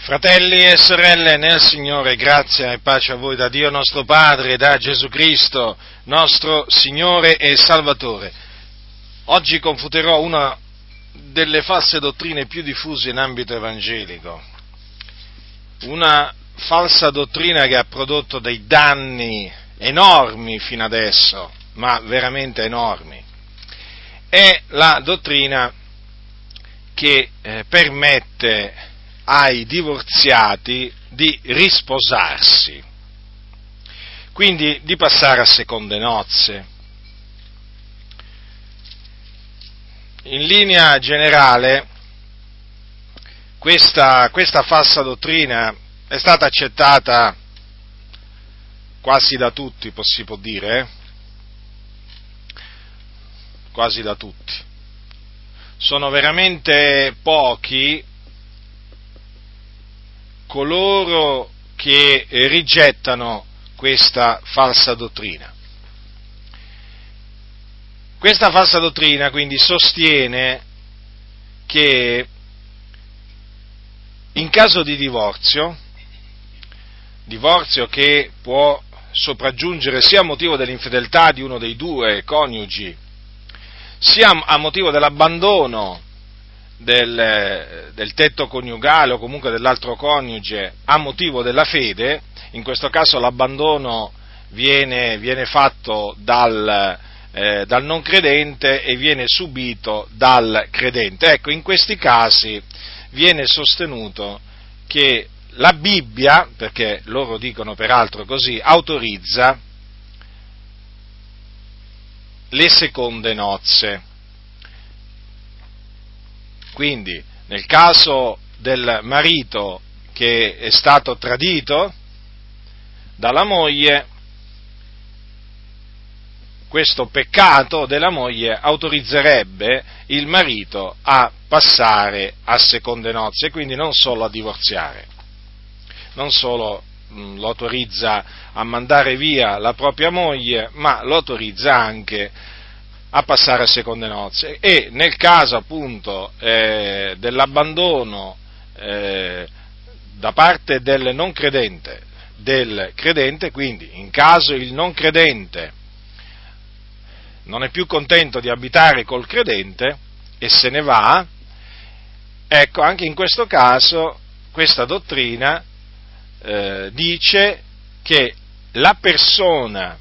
Fratelli e sorelle nel Signore, grazia e pace a voi da Dio nostro Padre e da Gesù Cristo, nostro Signore e Salvatore. Oggi confuterò una delle false dottrine più diffuse in ambito evangelico, una falsa dottrina che ha prodotto dei danni enormi fino adesso, ma veramente enormi. È la dottrina che permette ai divorziati di risposarsi, quindi di passare a seconde nozze. In linea generale questa falsa dottrina è stata accettata quasi da tutti, si può dire, quasi da tutti. Sono veramente pochi coloro che rigettano questa falsa dottrina. Questa falsa dottrina quindi sostiene che in caso di divorzio che può sopraggiungere sia a motivo dell'infedeltà di uno dei due coniugi, sia a motivo dell'abbandono del tetto coniugale o comunque dell'altro coniuge a motivo della fede, in questo caso l'abbandono viene fatto dal non credente e viene subito dal credente. Ecco, in questi casi viene sostenuto che la Bibbia, perché loro dicono peraltro così, autorizza le seconde nozze. Quindi, nel caso del marito che è stato tradito dalla moglie, questo peccato della moglie autorizzerebbe il marito a passare a seconde nozze, quindi non solo a divorziare, non solo lo autorizza a mandare via la propria moglie, ma lo autorizza anche a passare a seconde nozze. E nel caso appunto dell'abbandono da parte del non credente del credente, quindi in caso il non credente non è più contento di abitare col credente e se ne va, ecco, anche in questo caso questa dottrina dice che la persona,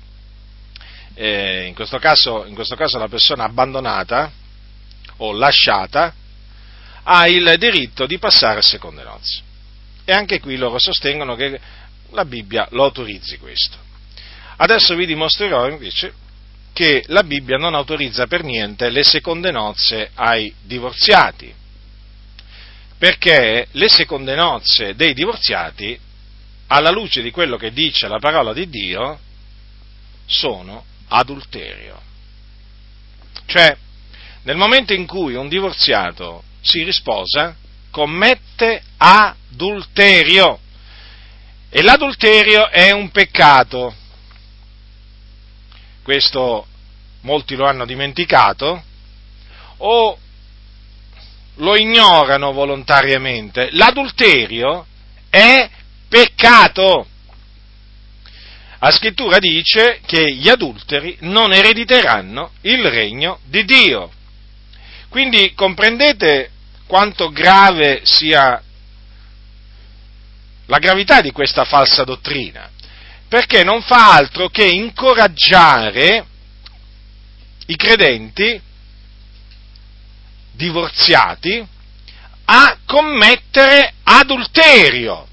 in questo caso la persona abbandonata o lasciata, ha il diritto di passare a seconde nozze. E anche qui loro sostengono che la Bibbia lo autorizzi questo. Adesso vi dimostrerò invece che la Bibbia non autorizza per niente le seconde nozze ai divorziati, perché le seconde nozze dei divorziati, alla luce di quello che dice la parola di Dio, sono adulterio. Cioè, nel momento in cui un divorziato si risposa, commette adulterio, e l'adulterio è un peccato. Questo molti lo hanno dimenticato o lo ignorano volontariamente. L'adulterio è peccato. La scrittura dice che gli adulteri non erediteranno il regno di Dio. Quindi comprendete quanto grave sia la gravità di questa falsa dottrina, perché non fa altro che incoraggiare i credenti divorziati a commettere adulterio.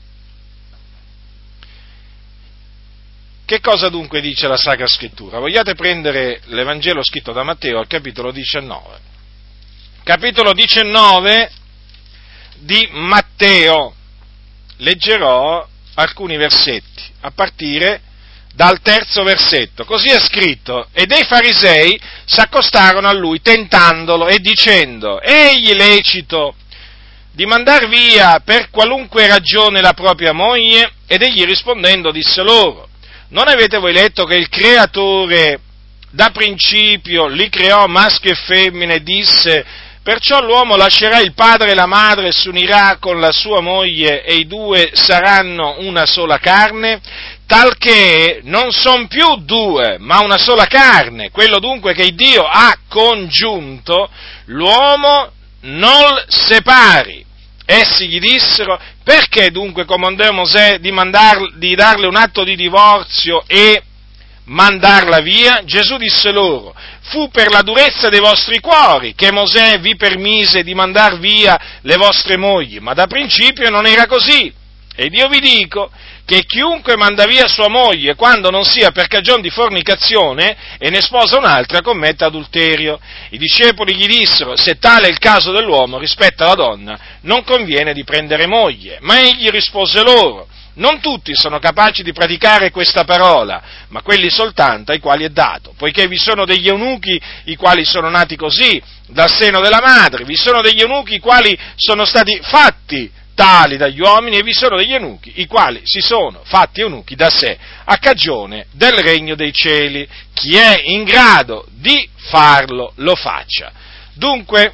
Che cosa dunque dice la Sacra Scrittura? Vogliate prendere l'Evangelo scritto da Matteo al capitolo 19. Capitolo 19 di Matteo. Leggerò alcuni versetti, a partire dal 3° versetto. Così è scritto: e dei farisei s'accostarono a lui tentandolo e dicendo: è egli lecito di mandar via per qualunque ragione la propria moglie? Ed egli rispondendo disse loro: non avete voi letto che il Creatore da principio li creò maschio e femmina e disse: Perciò l'uomo lascerà il padre e la madre e si unirà con la sua moglie e i due saranno una sola carne, talché non son più due, ma una sola carne. Quello dunque che Dio ha congiunto, l'uomo non separi. Essi gli dissero: perché dunque comandò Mosè di darle un atto di divorzio e mandarla via? Gesù disse loro: fu per la durezza dei vostri cuori che Mosè vi permise di mandar via le vostre mogli, ma da principio non era così. Ed io vi dico che chiunque manda via sua moglie quando non sia per cagion di fornicazione e ne sposa un'altra commette adulterio. I discepoli gli dissero: se tale è il caso dell'uomo rispetto alla donna, non conviene di prendere moglie. Ma egli rispose loro: non tutti sono capaci di praticare questa parola, ma quelli soltanto ai quali è dato, poiché vi sono degli eunuchi i quali sono nati così, dal seno della madre, vi sono degli eunuchi i quali sono stati fatti tali dagli uomini, e vi sono degli eunuchi i quali si sono fatti eunuchi da sé, a cagione del regno dei cieli. Chi è in grado di farlo, lo faccia. Dunque,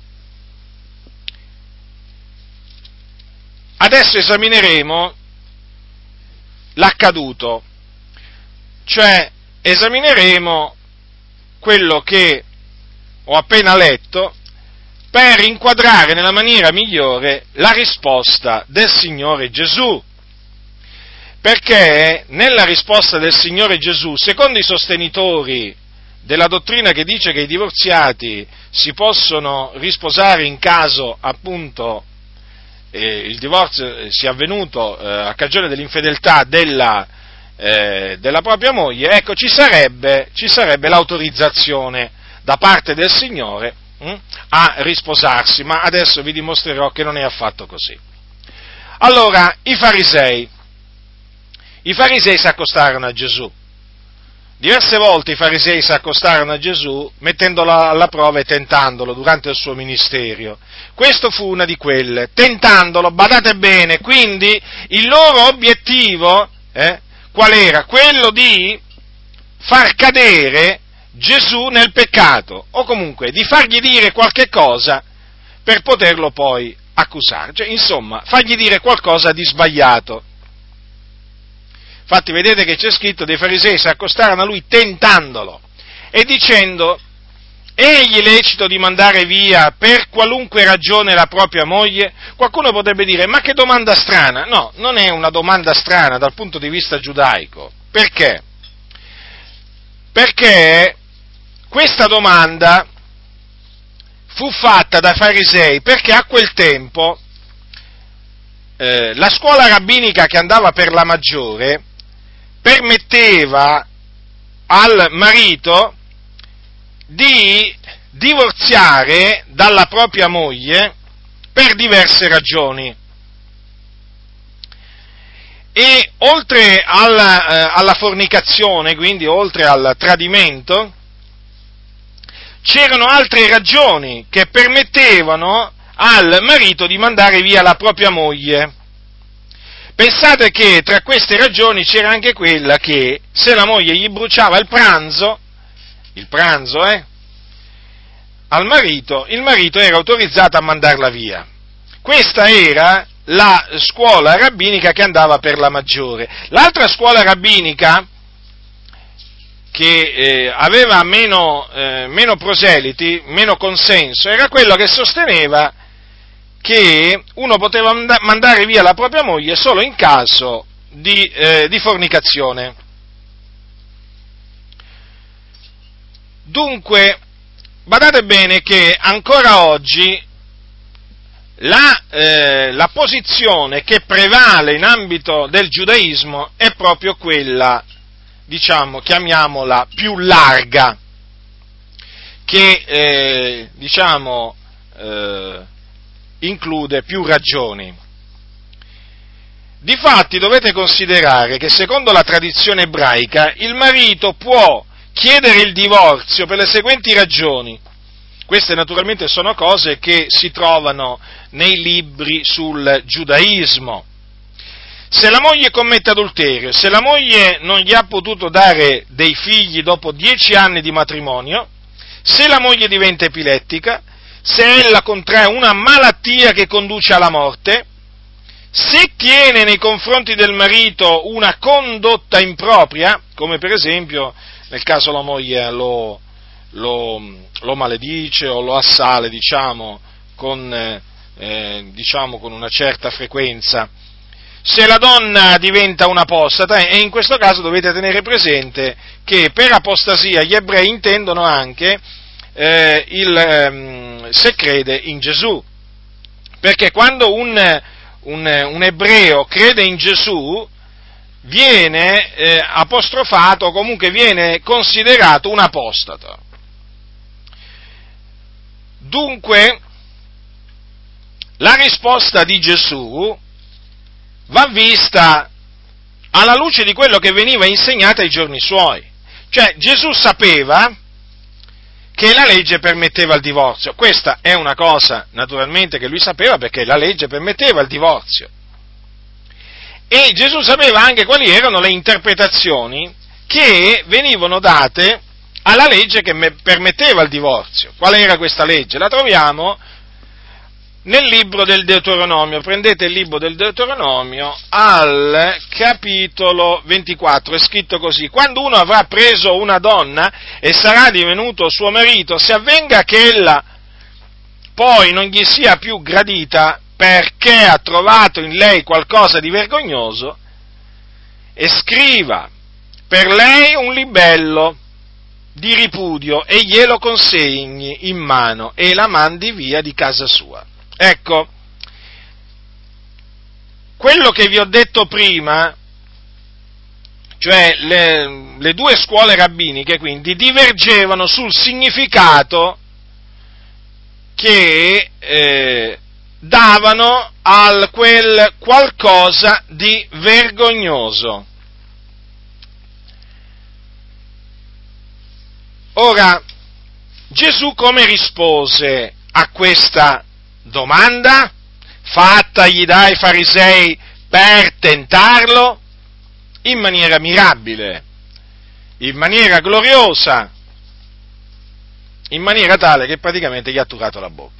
adesso esamineremo l'accaduto, cioè esamineremo quello che ho appena letto per inquadrare nella maniera migliore la risposta del Signore Gesù. Perché nella risposta del Signore Gesù, secondo i sostenitori della dottrina che dice che i divorziati si possono risposare in caso appunto il divorzio sia avvenuto a cagione dell'infedeltà della propria moglie, ecco, ci sarebbe l'autorizzazione da parte del Signore a risposarsi, ma adesso vi dimostrerò che non è affatto così. Allora, i farisei si accostarono a Gesù. Diverse volte i farisei si accostarono a Gesù mettendolo alla prova e tentandolo durante il suo ministero. Questo fu una di quelle, tentandolo, badate bene, quindi il loro obiettivo qual era? Quello di far cadere Gesù nel peccato, o comunque di fargli dire qualche cosa per poterlo poi accusare, cioè insomma fargli dire qualcosa di sbagliato. Infatti vedete che c'è scritto: dei farisei si accostarono a lui tentandolo e dicendo: è egli lecito di mandare via per qualunque ragione la propria moglie? Qualcuno potrebbe dire: ma che domanda strana! No, non è una domanda strana dal punto di vista giudaico. Perché? Perché questa domanda fu fatta dai farisei perché a quel tempo la scuola rabbinica che andava per la maggiore permetteva al marito di divorziare dalla propria moglie per diverse ragioni. E oltre alla fornicazione, quindi oltre al tradimento, c'erano altre ragioni che permettevano al marito di mandare via la propria moglie. Pensate che tra queste ragioni c'era anche quella che se la moglie gli bruciava il pranzo al marito, il marito era autorizzato a mandarla via. Questa era la scuola rabbinica che andava per la maggiore. L'altra scuola rabbinica, che aveva meno proseliti, meno consenso, era quello che sosteneva che uno poteva mandare via la propria moglie solo in caso di fornicazione. Dunque, badate bene che ancora oggi la posizione che prevale in ambito del giudaismo è proprio quella, diciamo, chiamiamola più larga, che include più ragioni. Difatti dovete considerare che secondo la tradizione ebraica il marito può chiedere il divorzio per le seguenti ragioni. Queste naturalmente sono cose che si trovano nei libri sul giudaismo. Se la moglie commette adulterio, se la moglie non gli ha potuto dare dei figli dopo 10 anni di matrimonio, se la moglie diventa epilettica, se ella contrae una malattia che conduce alla morte, se tiene nei confronti del marito una condotta impropria, come per esempio nel caso la moglie lo maledice o lo assale, con una certa frequenza, se la donna diventa un'apostata, e in questo caso dovete tenere presente che per apostasia gli ebrei intendono anche se crede in Gesù, perché quando un ebreo crede in Gesù viene apostrofato, o comunque viene considerato un apostata. Dunque, la risposta di Gesù va vista alla luce di quello che veniva insegnato ai giorni suoi. Cioè, Gesù sapeva che la legge permetteva il divorzio. Questa è una cosa, naturalmente, che lui sapeva, perché la legge permetteva il divorzio. E Gesù sapeva anche quali erano le interpretazioni che venivano date alla legge che permetteva il divorzio. Qual era questa legge? La troviamo nel libro del Deuteronomio. Prendete il libro del Deuteronomio al capitolo 24, è scritto così: quando uno avrà preso una donna e sarà divenuto suo marito, se avvenga che ella poi non gli sia più gradita perché ha trovato in lei qualcosa di vergognoso, e scriva per lei un libello di ripudio e glielo consegni in mano e la mandi via di casa sua. Ecco, quello che vi ho detto prima, cioè le due scuole rabbiniche, quindi, divergevano sul significato che davano al quel qualcosa di vergognoso. Ora, Gesù come rispose a questa domanda fattagli dai farisei per tentarlo? In maniera mirabile, in maniera gloriosa, in maniera tale che praticamente gli ha turato la bocca.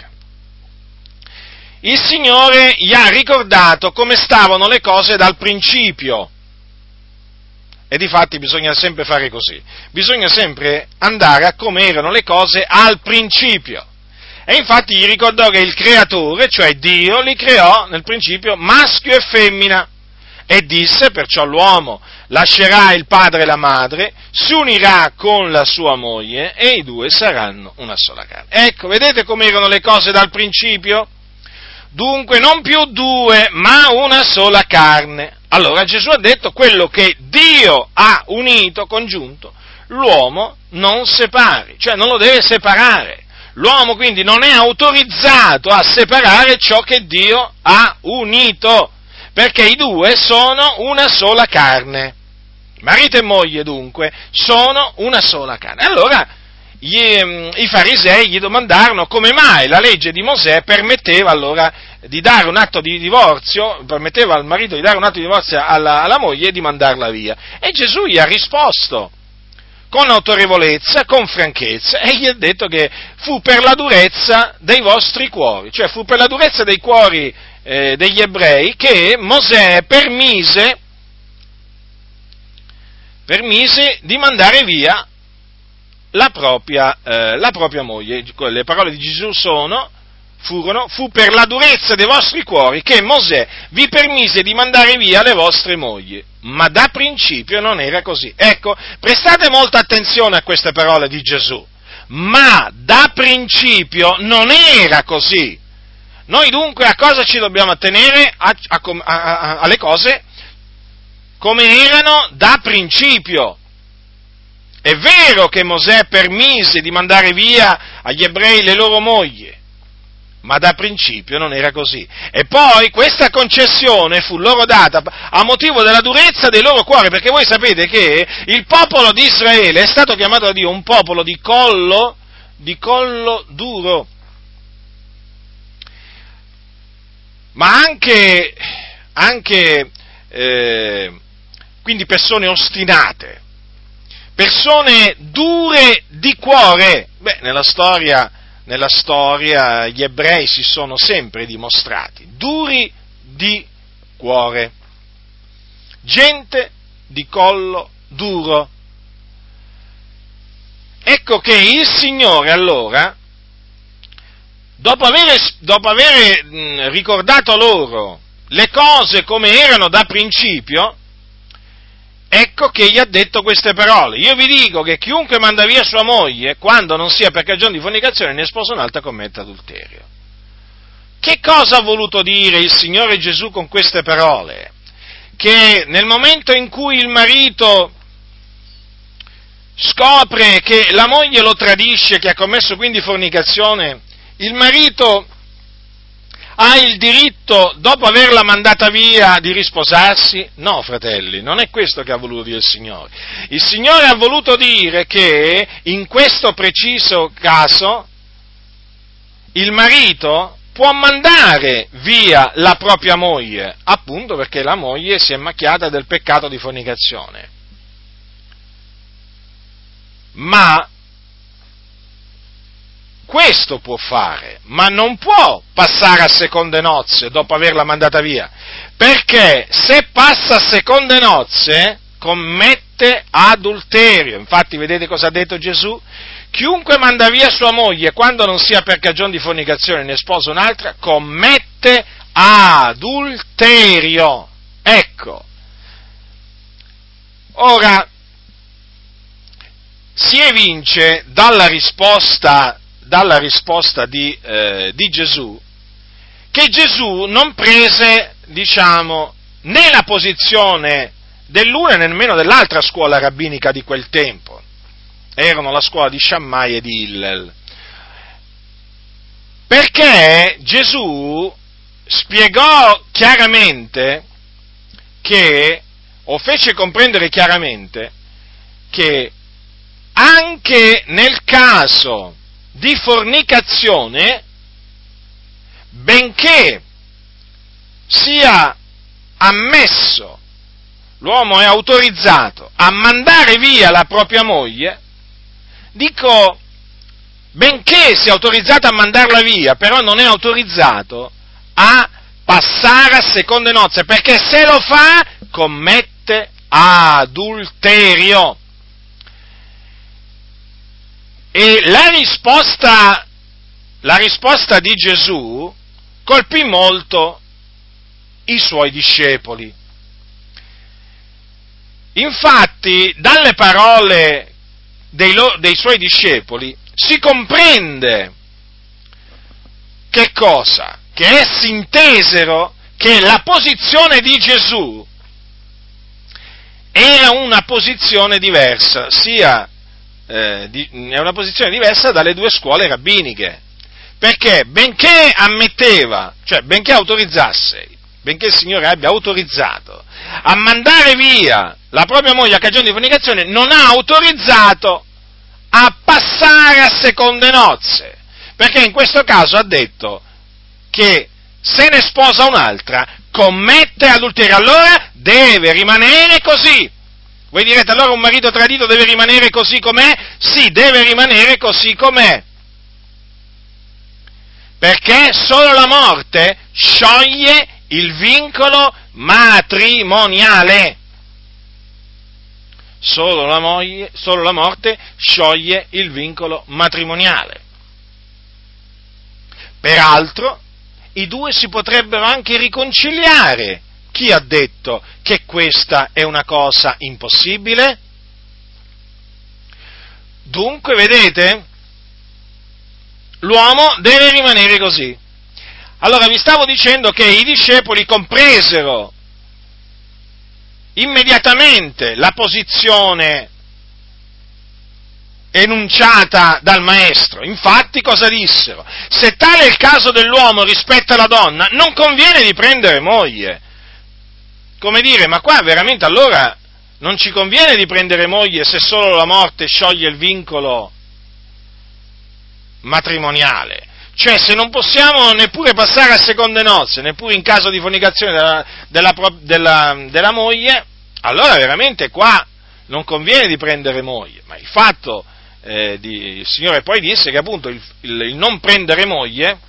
Il Signore gli ha ricordato come stavano le cose dal principio. E difatti bisogna sempre fare così, bisogna sempre andare a come erano le cose al principio. E infatti gli ricordò che il Creatore, cioè Dio, li creò nel principio maschio e femmina. E disse, perciò l'uomo lascerà il padre e la madre, si unirà con la sua moglie e i due saranno una sola carne. Ecco, vedete come erano le cose dal principio? Dunque non più due, ma una sola carne. Allora Gesù ha detto: quello che Dio ha unito, congiunto, l'uomo non separi, cioè non lo deve separare. L'uomo quindi non è autorizzato a separare ciò che Dio ha unito, perché i due sono una sola carne. Marito e moglie dunque sono una sola carne. Allora i farisei gli domandarono come mai la legge di Mosè permetteva allora di dare un atto di divorzio, permetteva al marito di dare un atto di divorzio alla moglie e di mandarla via. E Gesù gli ha risposto con autorevolezza, con franchezza, e gli ha detto che fu per la durezza dei vostri cuori, cioè fu per la durezza dei cuori degli ebrei che Mosè permise di mandare via la propria moglie. Le parole di Gesù fu per la durezza dei vostri cuori che Mosè vi permise di mandare via le vostre mogli, ma da principio non era così. Ecco, prestate molta attenzione a queste parole di Gesù, ma da principio non era così. Noi dunque a cosa ci dobbiamo attenere? Alle cose come erano da principio. È vero che Mosè permise di mandare via agli ebrei le loro mogli, ma da principio non era così. E poi questa concessione fu loro data a motivo della durezza dei loro cuori, perché voi sapete che il popolo di Israele è stato chiamato da Dio un popolo di collo duro, ma anche quindi persone ostinate, persone dure di cuore. Nella storia nella storia gli ebrei si sono sempre dimostrati duri di cuore, gente di collo duro. Ecco che il Signore allora, dopo aver ricordato loro le cose come erano da principio, ecco che gli ha detto queste parole: io vi dico che chiunque manda via sua moglie, quando non sia per cagione di fornicazione, ne sposa un'altra, commette adulterio. Che cosa ha voluto dire il Signore Gesù con queste parole? Che nel momento in cui il marito scopre che la moglie lo tradisce, che ha commesso quindi fornicazione, il marito ha il diritto, dopo averla mandata via, di risposarsi? No, fratelli, non è questo che ha voluto dire il Signore. Il Signore ha voluto dire che in questo preciso caso il marito può mandare via la propria moglie, appunto perché la moglie si è macchiata del peccato di fornicazione. Ma questo può fare, ma non può passare a seconde nozze dopo averla mandata via, perché se passa a seconde nozze commette adulterio. Infatti vedete cosa ha detto Gesù? Chiunque manda via sua moglie quando non sia per cagione di fornicazione ne sposa un'altra, commette adulterio. Ecco. Ora, si evince dalla risposta di Gesù, che Gesù non prese, né la posizione dell'una né nemmeno dell'altra scuola rabbinica di quel tempo. Erano la scuola di Shammai e di Hillel. Perché Gesù spiegò chiaramente o fece comprendere chiaramente che anche nel caso di fornicazione, benché sia ammesso, l'uomo è autorizzato a mandare via la propria moglie, benché sia autorizzato a mandarla via, però non è autorizzato a passare a seconde nozze, perché se lo fa commette adulterio. E la risposta di Gesù colpì molto i suoi discepoli. Infatti, dalle parole dei suoi discepoli si comprende che cosa? Che essi intesero che la posizione di Gesù era una posizione diversa, è una posizione diversa dalle due scuole rabbiniche, perché benché il Signore abbia autorizzato a mandare via la propria moglie a cagione di fornicazione, non ha autorizzato a passare a seconde nozze, perché in questo caso ha detto che se ne sposa un'altra commette adulterio, allora deve rimanere così. Voi direte, allora un marito tradito deve rimanere così com'è? Sì, deve rimanere così com'è. Perché solo la morte scioglie il vincolo matrimoniale. Solo la morte scioglie il vincolo matrimoniale. Peraltro, i due si potrebbero anche riconciliare. Chi ha detto che questa è una cosa impossibile? Dunque, vedete, l'uomo deve rimanere così. Allora, vi stavo dicendo che i discepoli compresero immediatamente la posizione enunciata dal maestro. Infatti, cosa dissero? Se tale è il caso dell'uomo rispetto alla donna, non conviene di prendere moglie. Come dire, ma qua veramente allora non ci conviene di prendere moglie se solo la morte scioglie il vincolo matrimoniale. Cioè, se non possiamo neppure passare a seconde nozze, neppure in caso di fornicazione della moglie, allora veramente qua non conviene di prendere moglie. Ma il fatto il Signore poi disse che appunto il non prendere moglie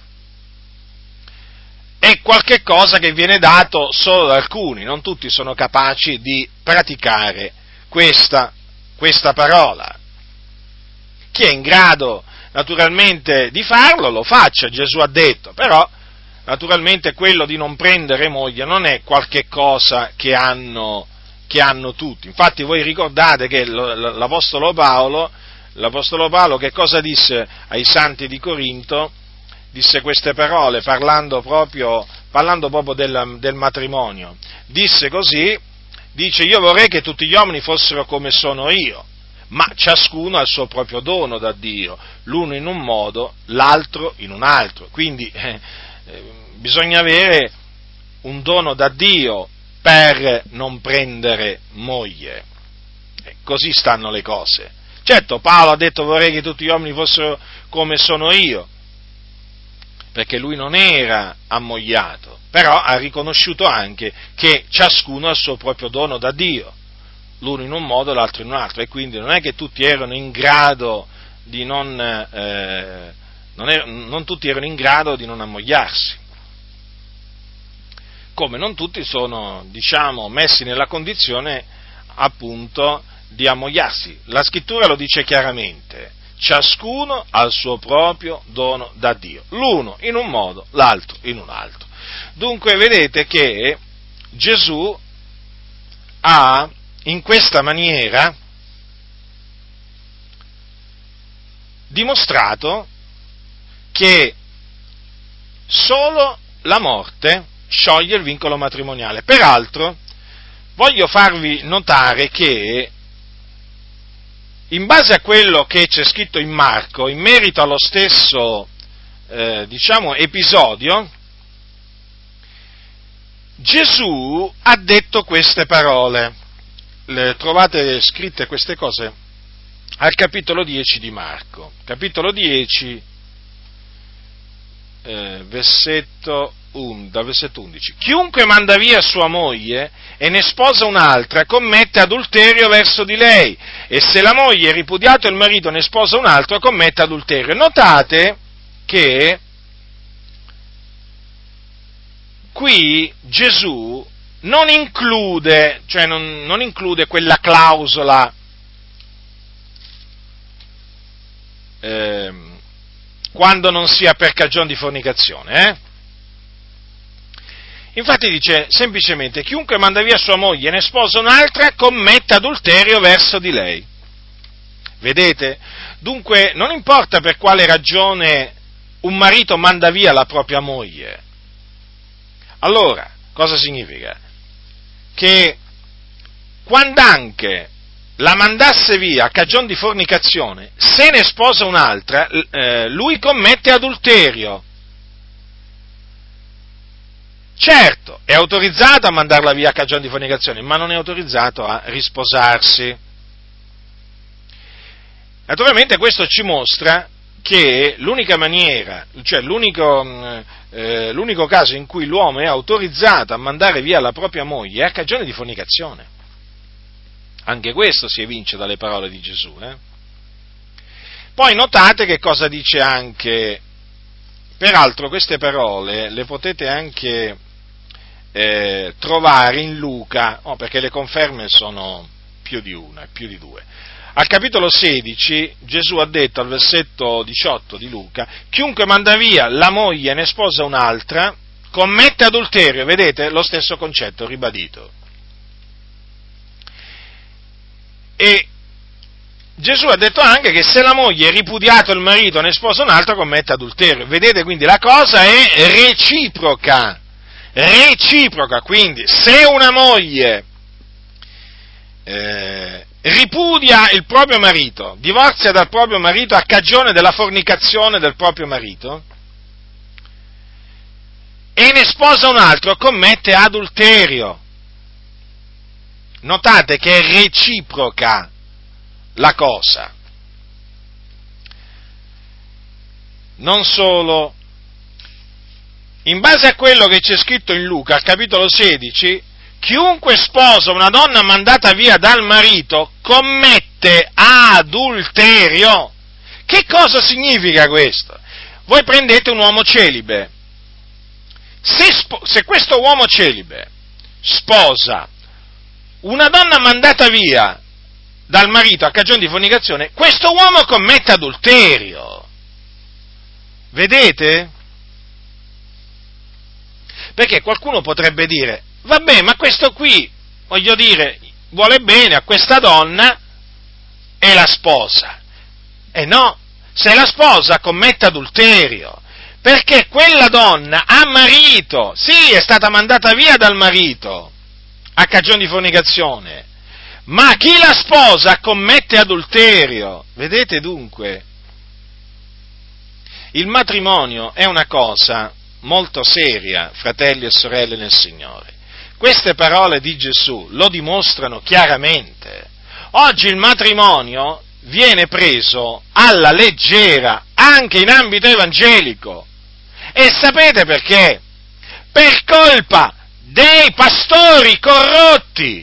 è qualche cosa che viene dato solo ad alcuni, non tutti sono capaci di praticare questa parola. Chi è in grado naturalmente di farlo, lo faccia, Gesù ha detto, però naturalmente quello di non prendere moglie non è qualche cosa che hanno tutti. Infatti voi ricordate che l'Apostolo Paolo che cosa disse ai santi di Corinto? Disse queste parole parlando proprio del matrimonio. Disse così, dice: io vorrei che tutti gli uomini fossero come sono io, ma ciascuno ha il suo proprio dono da Dio, l'uno in un modo, l'altro in un altro. Quindi bisogna avere un dono da Dio per non prendere moglie. Così stanno le cose. Certo, Paolo ha detto: vorrei che tutti gli uomini fossero come sono io, perché lui non era ammogliato, però ha riconosciuto anche che ciascuno ha il suo proprio dono da Dio, l'uno in un modo, l'altro in un altro, e quindi non è che tutti erano in grado di non tutti erano in grado di non ammogliarsi, come non tutti sono, messi nella condizione appunto di ammogliarsi. La scrittura lo dice chiaramente: ciascuno ha il suo proprio dono da Dio, l'uno in un modo, l'altro in un altro. Dunque vedete che Gesù ha in questa maniera dimostrato che solo la morte scioglie il vincolo matrimoniale. Peraltro voglio farvi notare che in base a quello che c'è scritto in Marco, in merito allo stesso, episodio, Gesù ha detto queste parole. Trovate scritte queste cose al capitolo 10 di Marco. Capitolo 10, dal versetto 11. Chiunque manda via sua moglie e ne sposa un'altra commette adulterio verso di lei, e se la moglie, ripudiato il marito, ne sposa un altro commette adulterio. Notate che qui Gesù non include quella clausola quando non sia per cagione di fornicazione, Infatti dice semplicemente: chiunque manda via sua moglie e ne sposa un'altra commette adulterio verso di lei. Vedete? Dunque non importa per quale ragione un marito manda via la propria moglie. Allora, cosa significa? Che quand'anche la mandasse via a cagion di fornicazione, se ne sposa un'altra, lui commette adulterio. Certo, è autorizzato a mandarla via a cagion di fornicazione, ma non è autorizzato a risposarsi. Naturalmente questo ci mostra che l'unica maniera, cioè l'unico caso in cui l'uomo è autorizzato a mandare via la propria moglie è a cagione di fornicazione. Anche questo si evince dalle parole di Gesù. Poi notate che cosa dice anche, peraltro queste parole le potete anche trovare in Luca, perché le conferme sono più di una, più di due. Al capitolo 16 Gesù ha detto al versetto 18 di Luca: chiunque manda via la moglie e ne sposa un'altra commette adulterio. Vedete? Lo stesso concetto ribadito. E Gesù ha detto anche che se la moglie, ripudiato il marito, ne sposa un altro, commette adulterio. Vedete? Quindi la cosa è reciproca. Quindi se una moglie ripudia il proprio marito, divorzia dal proprio marito a cagione della fornicazione del proprio marito e ne sposa un altro, commette adulterio. Notate che è reciproca la cosa. Non solo, in base a quello che c'è scritto in Luca, al capitolo 16, chiunque sposa una donna mandata via dal marito commette commette adulterio. Che cosa significa questo? Voi prendete un uomo celibe, se questo uomo celibe sposa una donna mandata via dal marito a cagione di fornicazione, questo uomo commette adulterio. Vedete? Perché qualcuno potrebbe dire, vabbè, ma questo qui, voglio dire, vuole bene a questa donna e la sposa. E no, se la sposa commette adulterio, perché quella donna ha marito, sì, è stata mandata via dal marito a cagione di fornicazione, ma chi la sposa commette adulterio. Vedete dunque? Il matrimonio è una cosa molto seria, fratelli e sorelle nel Signore. Queste parole di Gesù lo dimostrano chiaramente. Oggi il matrimonio viene preso alla leggera anche in ambito evangelico. E sapete perché? Per colpa dei pastori corrotti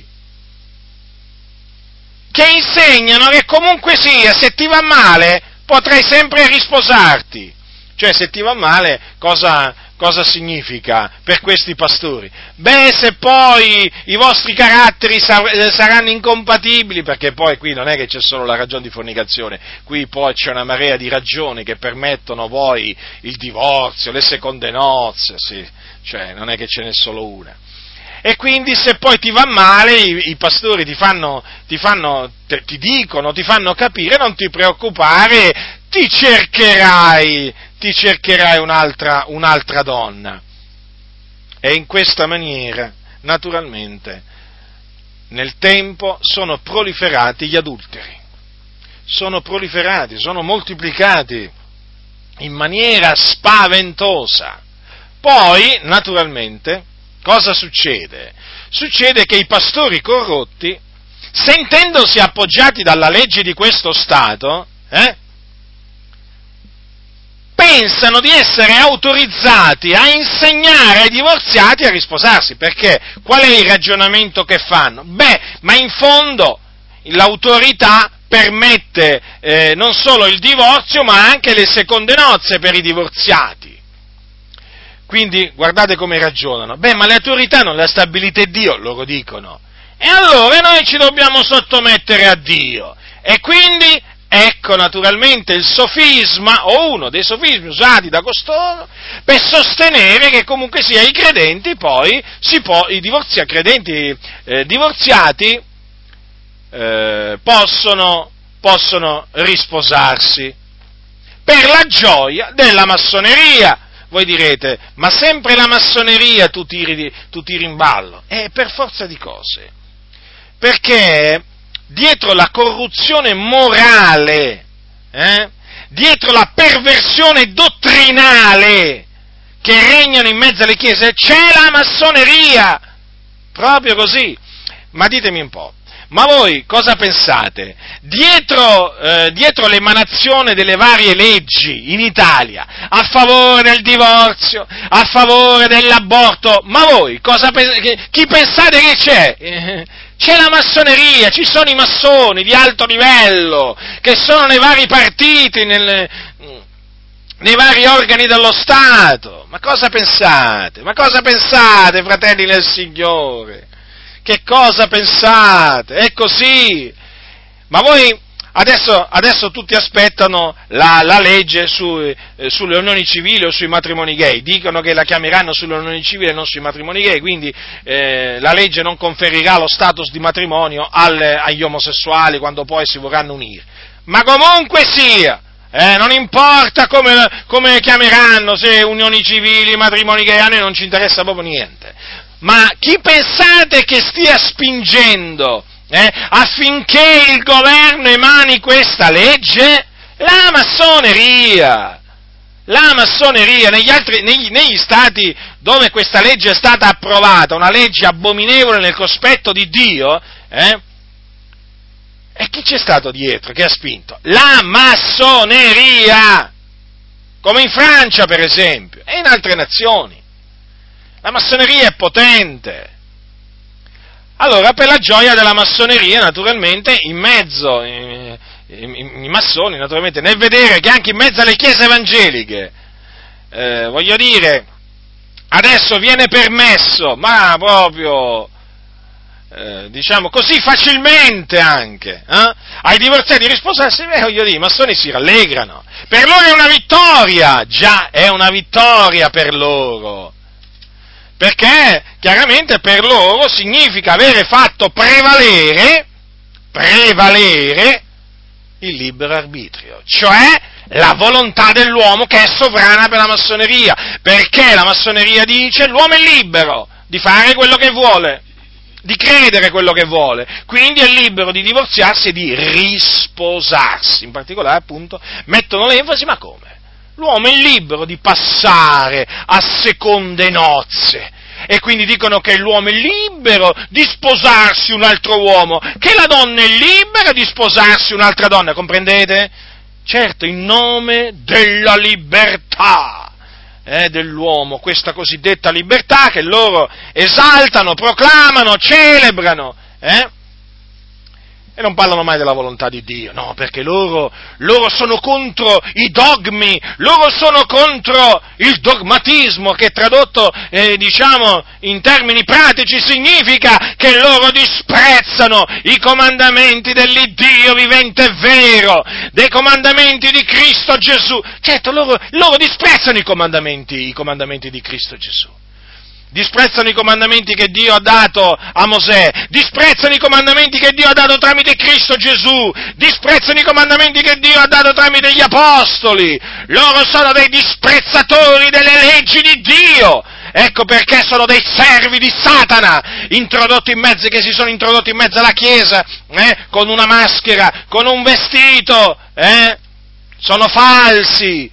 che insegnano che comunque sia, se ti va male, potrai sempre risposarti. Cioè, se ti va male, cosa significa per questi pastori? Beh, se poi i vostri caratteri saranno incompatibili, perché poi qui non è che c'è solo la ragione di fornicazione, qui poi c'è una marea di ragioni che permettono poi il divorzio, le seconde nozze, sì, cioè non è che ce n'è solo una. E quindi se poi ti va male, i pastori ti dicono, ti fanno capire, non ti preoccupare, ti cercherai un'altra donna. E in questa maniera, naturalmente, nel tempo sono proliferati gli adulteri, sono moltiplicati in maniera spaventosa. Poi, naturalmente, cosa succede? Succede che i pastori corrotti, sentendosi appoggiati dalla legge di questo Stato, pensano di essere autorizzati a insegnare ai divorziati a risposarsi. Perché? Qual è il ragionamento che fanno? Ma in fondo l'autorità permette non solo il divorzio, ma anche le seconde nozze per i divorziati. Quindi guardate come ragionano. Ma le autorità non le ha stabilite Dio, loro dicono. E allora noi ci dobbiamo sottomettere a Dio. E quindi ecco naturalmente il sofisma, o uno dei sofismi usati da costoro, per sostenere che comunque sia i credenti poi, credenti divorziati, possono risposarsi, per la gioia della massoneria. Voi direte, ma sempre la massoneria tu tiri in ballo? Per forza di cose. Perché dietro la corruzione morale, dietro la perversione dottrinale che regnano in mezzo alle chiese, c'è la massoneria, proprio così. Ma ditemi un po', ma voi cosa pensate? Dietro l'emanazione delle varie leggi in Italia, a favore del divorzio, a favore dell'aborto, ma voi chi pensate che c'è? C'è la massoneria, ci sono i massoni di alto livello, che sono nei vari partiti, nei vari organi dello Stato. Ma cosa pensate? Fratelli nel Signore? Che cosa pensate? È così. Ma voi adesso tutti aspettano la legge sulle unioni civili o sui matrimoni gay. Dicono che la chiameranno sulle unioni civili e non sui matrimoni gay, quindi la legge non conferirà lo status di matrimonio agli omosessuali quando poi si vorranno unire. Ma comunque sia, non importa come chiameranno, se unioni civili, matrimoni gay, a noi non ci interessa proprio niente. Ma chi pensate che stia spingendo affinché il governo emani questa legge? La massoneria, negli stati dove questa legge è stata approvata, una legge abominevole nel cospetto di Dio, e chi c'è stato dietro, che ha spinto? La massoneria, come in Francia per esempio, e in altre nazioni. La massoneria è potente. Allora, per la gioia della massoneria, naturalmente, in mezzo, i massoni, naturalmente, nel vedere che anche in mezzo alle chiese evangeliche, voglio dire, adesso viene permesso, ma proprio, diciamo, così facilmente anche, ai divorziati risposarsi, voglio dire, i massoni si rallegrano. Per loro è una vittoria, già, è una vittoria per loro. Perché chiaramente per loro significa avere fatto prevalere il libero arbitrio, cioè la volontà dell'uomo che è sovrana per la massoneria, perché la massoneria dice l'uomo è libero di fare quello che vuole, di credere quello che vuole, quindi è libero di divorziarsi e di risposarsi, in particolare appunto mettono l'enfasi, ma come? L'uomo è libero di passare a seconde nozze, e quindi dicono che l'uomo è libero di sposarsi un altro uomo, che la donna è libera di sposarsi un'altra donna, comprendete? Certo, in nome della libertà dell'uomo, questa cosiddetta libertà che loro esaltano, proclamano, celebrano, e non parlano mai della volontà di Dio, no, perché loro sono contro i dogmi, loro sono contro il dogmatismo, che tradotto, diciamo, in termini pratici significa che loro disprezzano i comandamenti dell'Iddio vivente e vero, dei comandamenti di Cristo Gesù. Certo, loro disprezzano i comandamenti di Cristo Gesù. Disprezzano i comandamenti che Dio ha dato a Mosè, disprezzano i comandamenti che Dio ha dato tramite Cristo Gesù, disprezzano i comandamenti che Dio ha dato tramite gli apostoli. Loro sono dei disprezzatori delle leggi di Dio. Ecco perché sono dei servi di Satana, che si sono introdotti in mezzo alla Chiesa, con una maschera, con un vestito, Sono falsi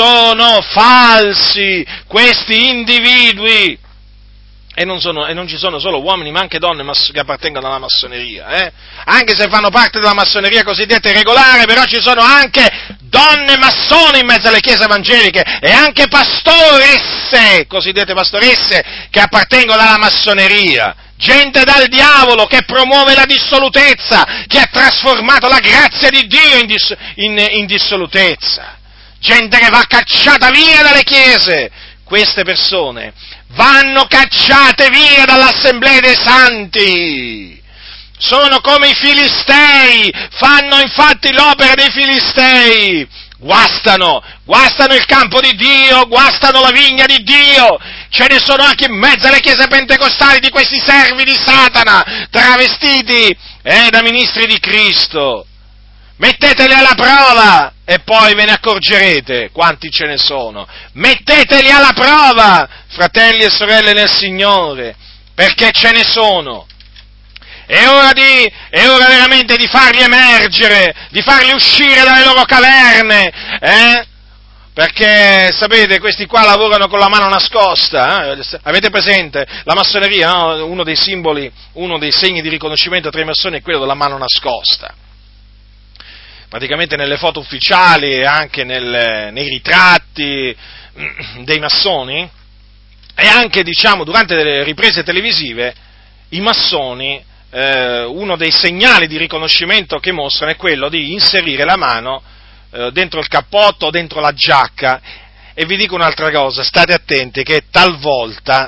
questi individui. E non ci sono solo uomini, ma anche donne che appartengono alla massoneria, Anche se fanno parte della massoneria cosiddetta regolare, però ci sono anche donne massone in mezzo alle chiese evangeliche, e anche pastoresse, cosiddette pastoresse, che appartengono alla massoneria. Gente dal diavolo che promuove la dissolutezza, che ha trasformato la grazia di Dio in dissolutezza. Gente che va cacciata via dalle chiese. Queste persone vanno cacciate via dall'assemblea dei santi. Sono come i filistei, fanno infatti l'opera dei filistei. Guastano il campo di Dio, guastano la vigna di Dio. Ce ne sono anche in mezzo alle chiese pentecostali di questi servi di Satana, travestiti da ministri di Cristo. Metteteli alla prova e poi ve ne accorgerete quanti ce ne sono. Metteteli alla prova, fratelli e sorelle nel Signore, perché ce ne sono. È ora veramente di farli emergere, di farli uscire dalle loro caverne, Perché, sapete, questi qua lavorano con la mano nascosta, Avete presente? La massoneria, no? Uno dei simboli, uno dei segni di riconoscimento tra i massoni è quello della mano nascosta. Praticamente nelle foto ufficiali e anche nei ritratti dei massoni, e anche, diciamo, durante le riprese televisive, i massoni, uno dei segnali di riconoscimento che mostrano è quello di inserire la mano dentro il cappotto o dentro la giacca. E vi dico un'altra cosa, state attenti che talvolta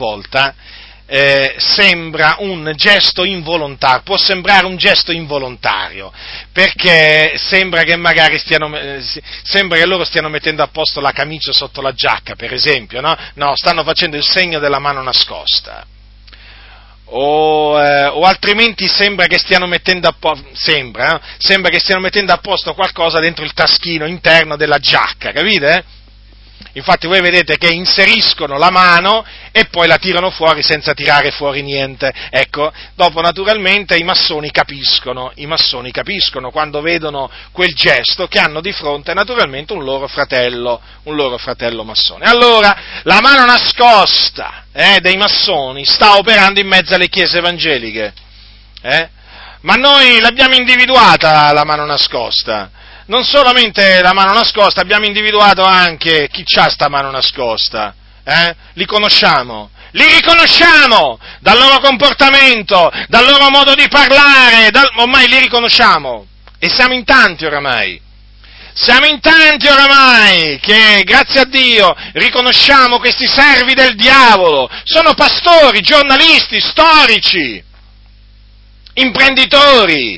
sembra un gesto involontario, può sembrare un gesto involontario, perché sembra che magari sembra che loro stiano mettendo a posto la camicia sotto la giacca, per esempio, no? No, stanno facendo il segno della mano nascosta. O altrimenti sembra che stiano mettendo a posto qualcosa dentro il taschino interno della giacca, capite? Infatti voi vedete che inseriscono la mano e poi la tirano fuori senza tirare fuori niente. Ecco, dopo naturalmente i massoni capiscono quando vedono quel gesto che hanno di fronte naturalmente un loro fratello massone. Allora, la mano nascosta dei massoni sta operando in mezzo alle chiese evangeliche, ma noi l'abbiamo individuata la mano nascosta. Non solamente la mano nascosta, abbiamo individuato anche chi c'ha sta mano nascosta, li conosciamo, li riconosciamo dal loro comportamento, dal loro modo di parlare, ormai li riconosciamo, e siamo in tanti oramai. Siamo in tanti oramai che, grazie a Dio, riconosciamo questi servi del diavolo. Sono pastori, giornalisti, storici, imprenditori,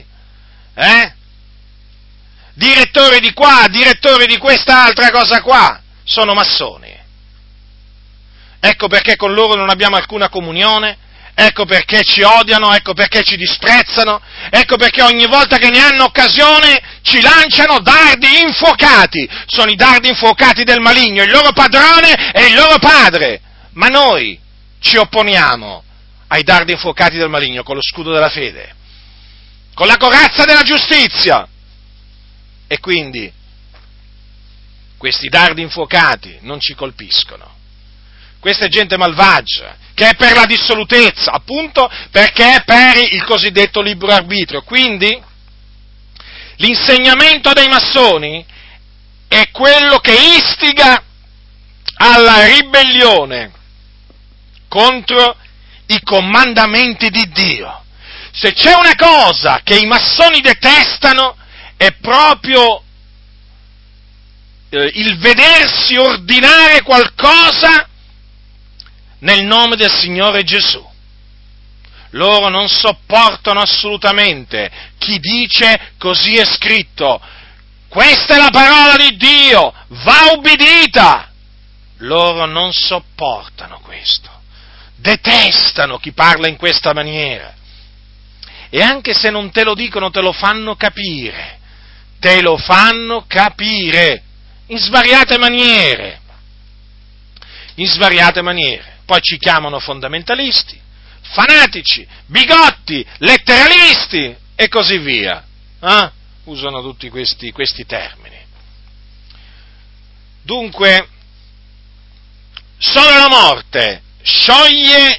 direttori di qua, direttori di quest'altra cosa qua. Sono massoni. Ecco perché con loro non abbiamo alcuna comunione. Ecco perché ci odiano, ecco perché ci disprezzano, ecco perché ogni volta che ne hanno occasione ci lanciano dardi infuocati. Sono i dardi infuocati del maligno, il loro padrone e il loro padre. Ma noi ci opponiamo ai dardi infuocati del maligno con lo scudo della fede, con la corazza della giustizia. E quindi questi dardi infuocati non ci colpiscono. Questa è gente malvagia, che è per la dissolutezza, appunto perché è per il cosiddetto libero arbitrio. Quindi l'insegnamento dei massoni è quello che istiga alla ribellione contro i comandamenti di Dio. Se c'è una cosa che i massoni detestano è proprio il vedersi ordinare qualcosa nel nome del Signore Gesù. Loro non sopportano assolutamente chi dice così è scritto, questa è la parola di Dio, va ubbidita. Loro non sopportano questo, detestano chi parla in questa maniera, e anche se non te lo dicono te lo fanno capire in svariate maniere. Poi ci chiamano fondamentalisti, fanatici, bigotti, letteralisti e così via. Usano tutti questi termini. Dunque, solo la morte scioglie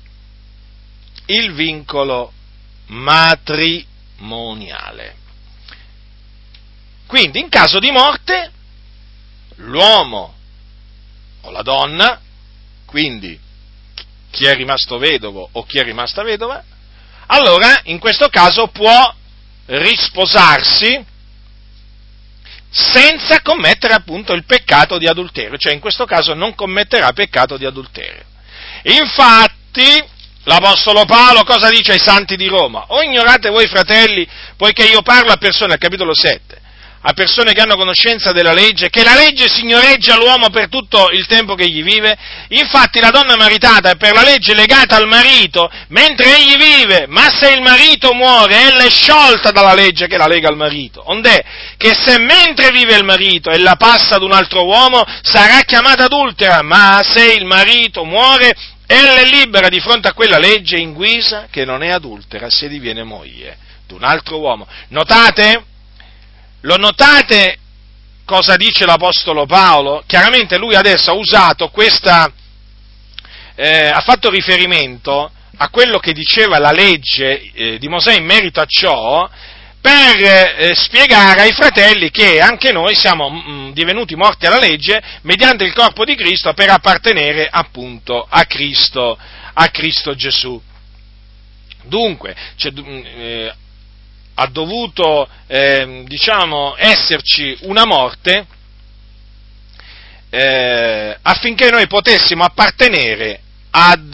il vincolo matrimoniale. Quindi, in caso di morte, l'uomo o la donna, quindi chi è rimasto vedovo o chi è rimasta vedova, allora in questo caso può risposarsi senza commettere appunto il peccato di adulterio, cioè in questo caso non commetterà peccato di adulterio. Infatti l'Apostolo Paolo cosa dice ai santi di Roma? O ignorate voi, fratelli, poiché io parlo a persone, al capitolo 7, a persone che hanno conoscenza della legge, che la legge signoreggia l'uomo per tutto il tempo che egli vive? Infatti la donna maritata è per la legge legata al marito mentre egli vive, ma se il marito muore, ella è sciolta dalla legge che la lega al marito. Ond'è che se mentre vive il marito ella passa ad un altro uomo, sarà chiamata adultera, ma se il marito muore, ella è libera di fronte a quella legge in guisa che non è adultera se diviene moglie d'un altro uomo. Notate? Lo notate cosa dice l'Apostolo Paolo? Chiaramente lui adesso ha usato ha fatto riferimento a quello che diceva la legge di Mosè in merito a ciò, per spiegare ai fratelli che anche noi siamo divenuti morti alla legge mediante il corpo di Cristo per appartenere appunto a Cristo Gesù. Dunque, ha dovuto, esserci una morte affinché noi potessimo appartenere ad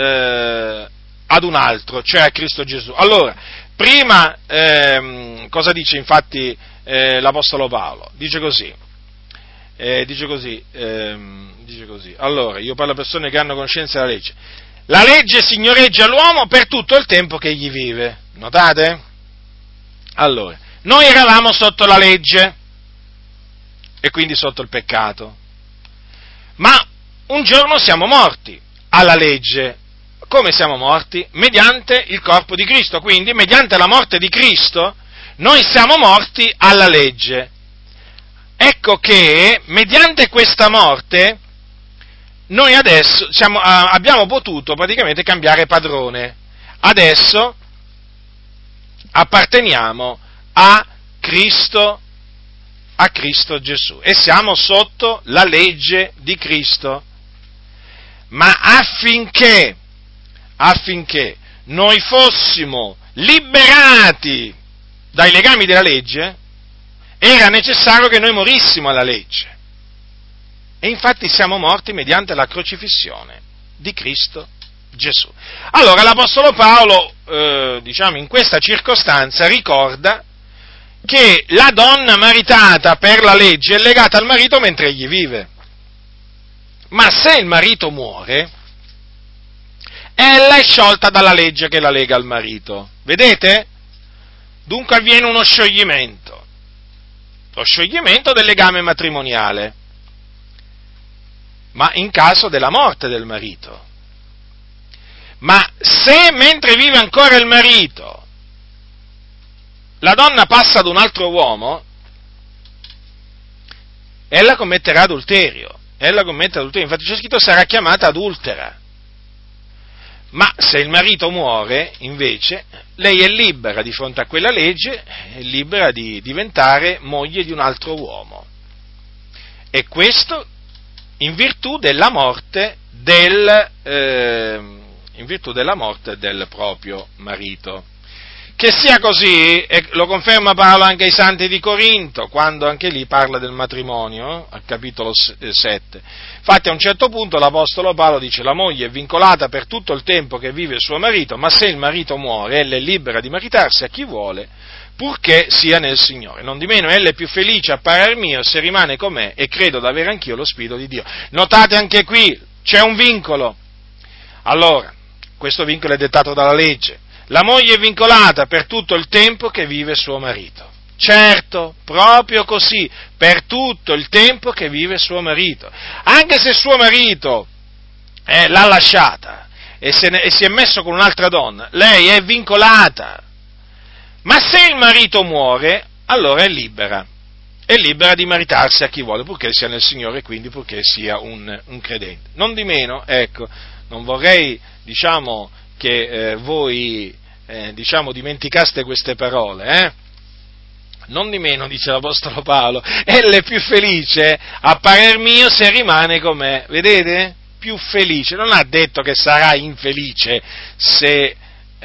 un altro, cioè a Cristo Gesù. Allora, prima, cosa dice infatti l'Apostolo Paolo? Dice così, allora, io parlo a persone che hanno conoscenza della legge. La legge signoreggia l'uomo per tutto il tempo che egli vive. Notate? Allora, noi eravamo sotto la legge e quindi sotto il peccato, ma un giorno siamo morti alla legge. Come siamo morti? Mediante il corpo di Cristo, quindi mediante la morte di Cristo noi siamo morti alla legge. Ecco che mediante questa morte noi adesso abbiamo potuto praticamente cambiare padrone. Adesso apparteniamo a Cristo Gesù e siamo sotto la legge di Cristo. ma affinché noi fossimo liberati dai legami della legge, era necessario che noi morissimo alla legge. E infatti siamo morti mediante la crocifissione di Cristo Gesù. Allora l'Apostolo Paolo, in questa circostanza ricorda che la donna maritata per la legge è legata al marito mentre egli vive. Ma se il marito muore, ella è sciolta dalla legge che la lega al marito. Vedete? Dunque avviene lo scioglimento del legame matrimoniale, ma in caso della morte del marito. Ma se mentre vive ancora il marito la donna passa ad un altro uomo, ella commetterà adulterio. Infatti c'è scritto sarà chiamata adultera. Ma se il marito muore, invece, lei è libera di fronte a quella legge, è libera di diventare moglie di un altro uomo. E questo in virtù della morte del proprio marito. Che sia così, lo conferma Paolo anche ai santi di Corinto, quando anche lì parla del matrimonio, al capitolo 7. Infatti a un certo punto l'Apostolo Paolo dice: la moglie è vincolata per tutto il tempo che vive il suo marito, ma se il marito muore, ella è libera di maritarsi a chi vuole, purché sia nel Signore. Nondimeno ella è più felice a parer mio se rimane con me, e credo d'avere anch'io lo Spirito di Dio. Notate anche qui, c'è un vincolo. Allora, questo vincolo è dettato dalla legge. La moglie è vincolata per tutto il tempo che vive suo marito. Certo, proprio così, per tutto il tempo che vive suo marito. Anche se suo marito l'ha lasciata e si è messo con un'altra donna, lei è vincolata. Ma se il marito muore, allora è libera di maritarsi a chi vuole, purché sia nel Signore, e quindi purché sia un credente. Non di meno, ecco, non vorrei, che voi, dimenticaste queste parole, Non di meno, dice l'Apostolo Paolo, ella è più felice, a parer mio, se rimane con me. Vedete? Più felice. Non ha detto che sarà infelice se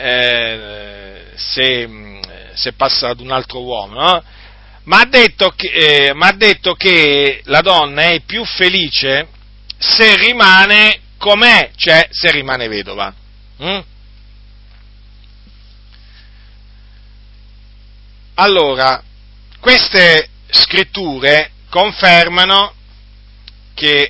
passa ad un altro uomo, no? Ma ha detto che la donna è più felice se rimane com'è, cioè se rimane vedova. Allora, queste scritture confermano che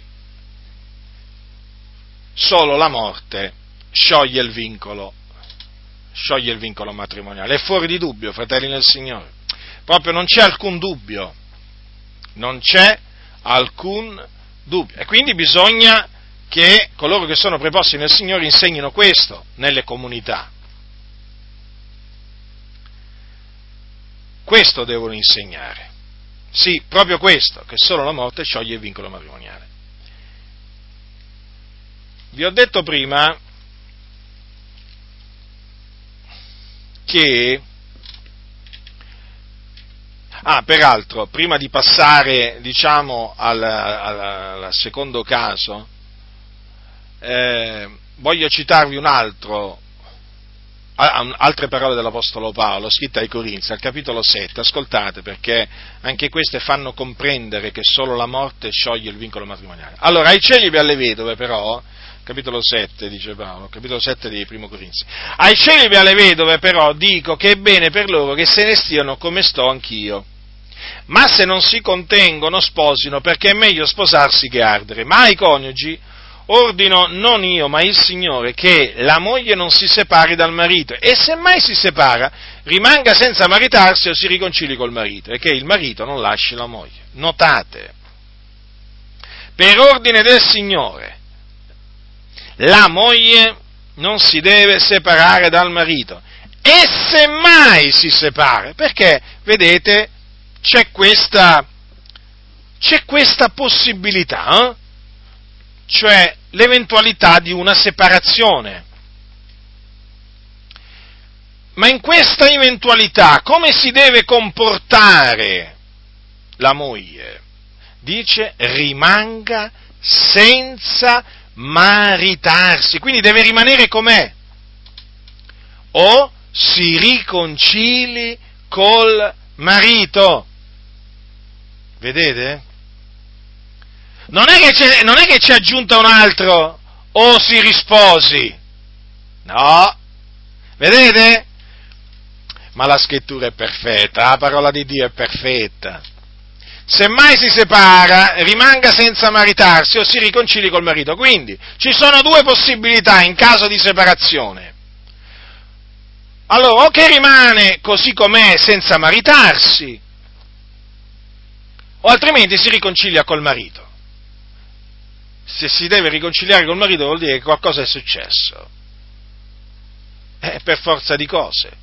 solo la morte scioglie il vincolo matrimoniale. È fuori di dubbio, fratelli nel Signore. Proprio non c'è alcun dubbio. E quindi bisogna che coloro che sono preposti nel Signore insegnino questo nelle comunità. Questo devono insegnare. Sì, proprio questo, che solo la morte scioglie il vincolo matrimoniale. Vi ho detto prima che peraltro, prima di passare, al secondo caso, voglio citarvi altre parole dell'Apostolo Paolo, scritte ai Corinzi, al capitolo 7, ascoltate, perché anche queste fanno comprendere che solo la morte scioglie il vincolo matrimoniale. Allora, ai celibi e alle vedove, però, capitolo 7, dice Paolo, capitolo 7 di Primo Corinzi, ai celibi e alle vedove, però, dico che è bene per loro che se ne stiano come sto anch'io. Ma se non si contengono, sposino, perché è meglio sposarsi che ardere. Ma ai coniugi ordino, non io, ma il Signore, che la moglie non si separi dal marito, e se mai si separa, rimanga senza maritarsi o si riconcili col marito, e che il marito non lasci la moglie. Notate, per ordine del Signore, la moglie non si deve separare dal marito, e se mai si separa, perché, vedete, c'è questa possibilità, cioè l'eventualità di una separazione. Ma in questa eventualità come si deve comportare la moglie? Dice: rimanga senza maritarsi, quindi deve rimanere com'è, o si riconcili col marito. Vedete? Non è che c'è aggiunta un altro, o si risposi. No. Vedete? Ma la scrittura è perfetta, la parola di Dio è perfetta. Se mai si separa, rimanga senza maritarsi o si riconcili col marito. Quindi, ci sono due possibilità in caso di separazione. Allora, o che rimane così com'è senza maritarsi, o altrimenti si riconcilia col marito. Se si deve riconciliare col marito vuol dire che qualcosa è successo. Per forza di cose.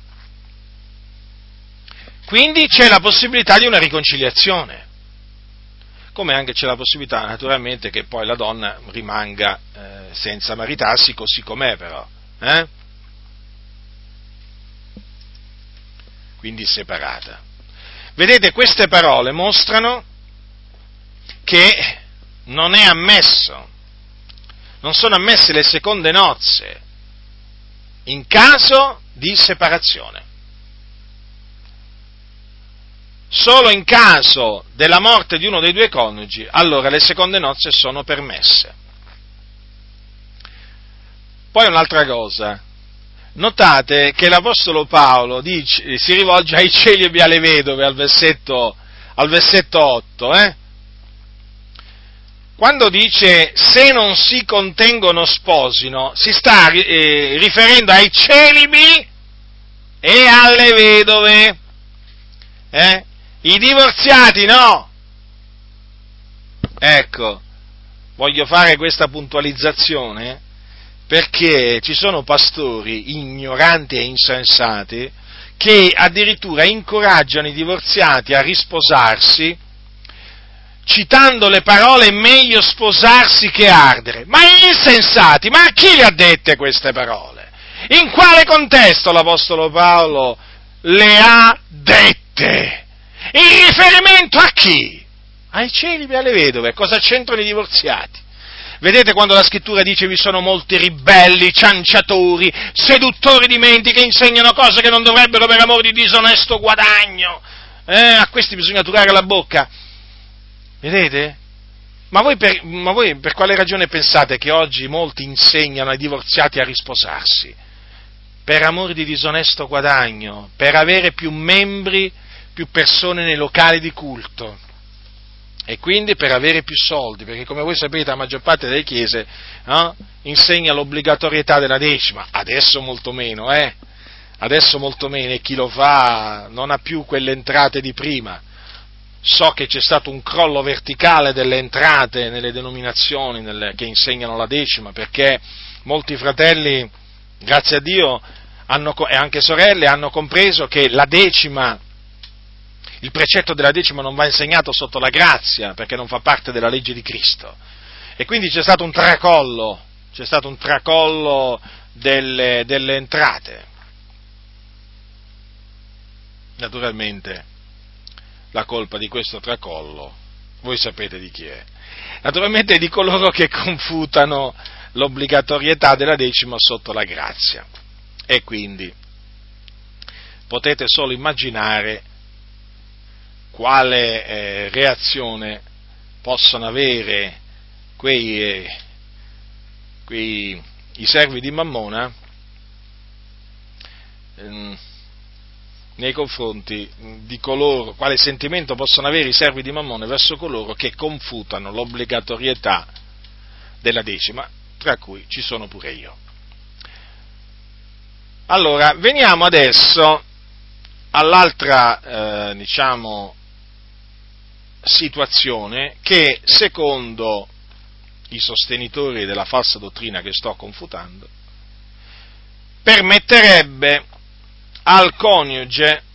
Quindi c'è la possibilità di una riconciliazione, come anche c'è la possibilità naturalmente che poi la donna rimanga senza maritarsi così com'è però, quindi separata. Vedete, queste parole mostrano che non è ammesso, non sono ammesse le seconde nozze in caso di separazione. Solo in caso della morte di uno dei due coniugi, allora le seconde nozze sono permesse. Poi un'altra cosa, notate che l'Apostolo Paolo si rivolge ai celibi e alle vedove al versetto 8, Quando dice se non si contengono sposino, si sta riferendo ai celibi e alle vedove. I divorziati no. Ecco, voglio fare questa puntualizzazione perché ci sono pastori ignoranti e insensati che addirittura incoraggiano i divorziati a risposarsi citando le parole meglio sposarsi che ardere. Ma insensati, ma chi le ha dette queste parole? In quale contesto l'Apostolo Paolo le ha dette? In riferimento a chi? Ai celibi e alle vedove. Cosa c'entrano i divorziati? Vedete quando la scrittura dice vi sono molti ribelli, cianciatori, seduttori di menti che insegnano cose che non dovrebbero per amor di disonesto guadagno. A questi bisogna turare la bocca. Vedete? Ma voi per quale ragione pensate che oggi molti insegnano ai divorziati a risposarsi? Per amor di disonesto guadagno, per avere più membri, più persone nei locali di culto e quindi per avere più soldi, perché come voi sapete la maggior parte delle chiese insegna l'obbligatorietà della decima, adesso molto meno e chi lo fa non ha più quelle entrate di prima. So che c'è stato un crollo verticale delle entrate nelle denominazioni che insegnano la decima, perché molti fratelli, grazie a Dio, e anche sorelle, hanno compreso che la decima, il precetto della decima non va insegnato sotto la grazia, perché non fa parte della legge di Cristo. E quindi c'è stato un tracollo delle entrate. Naturalmente la colpa di questo tracollo, voi sapete di chi è. Naturalmente di coloro che confutano l'obbligatorietà della decima sotto la grazia. E quindi potete solo immaginare quale reazione possono avere i servi di Mammona nei confronti di coloro, quale sentimento possono avere i servi di Mammona verso coloro che confutano l'obbligatorietà della decima, tra cui ci sono pure io. Allora, veniamo adesso all'altra, situazione che, secondo i sostenitori della falsa dottrina che sto confutando, permetterebbe al coniuge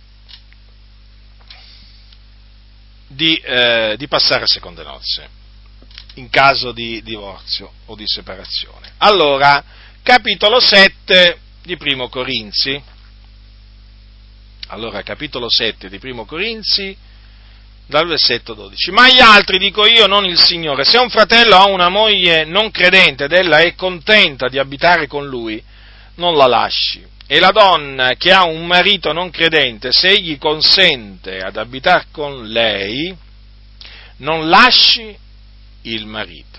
di passare a seconde nozze in caso di divorzio o di separazione. Allora, capitolo 7 di Primo Corinzi. Allora, capitolo 7 di Primo Corinzi, dal versetto 12. Ma agli altri dico io, non il Signore, se un fratello ha una moglie non credente ed ella è contenta di abitare con lui, non la lasci. E la donna che ha un marito non credente, se egli consente ad abitare con lei, non lasci il marito.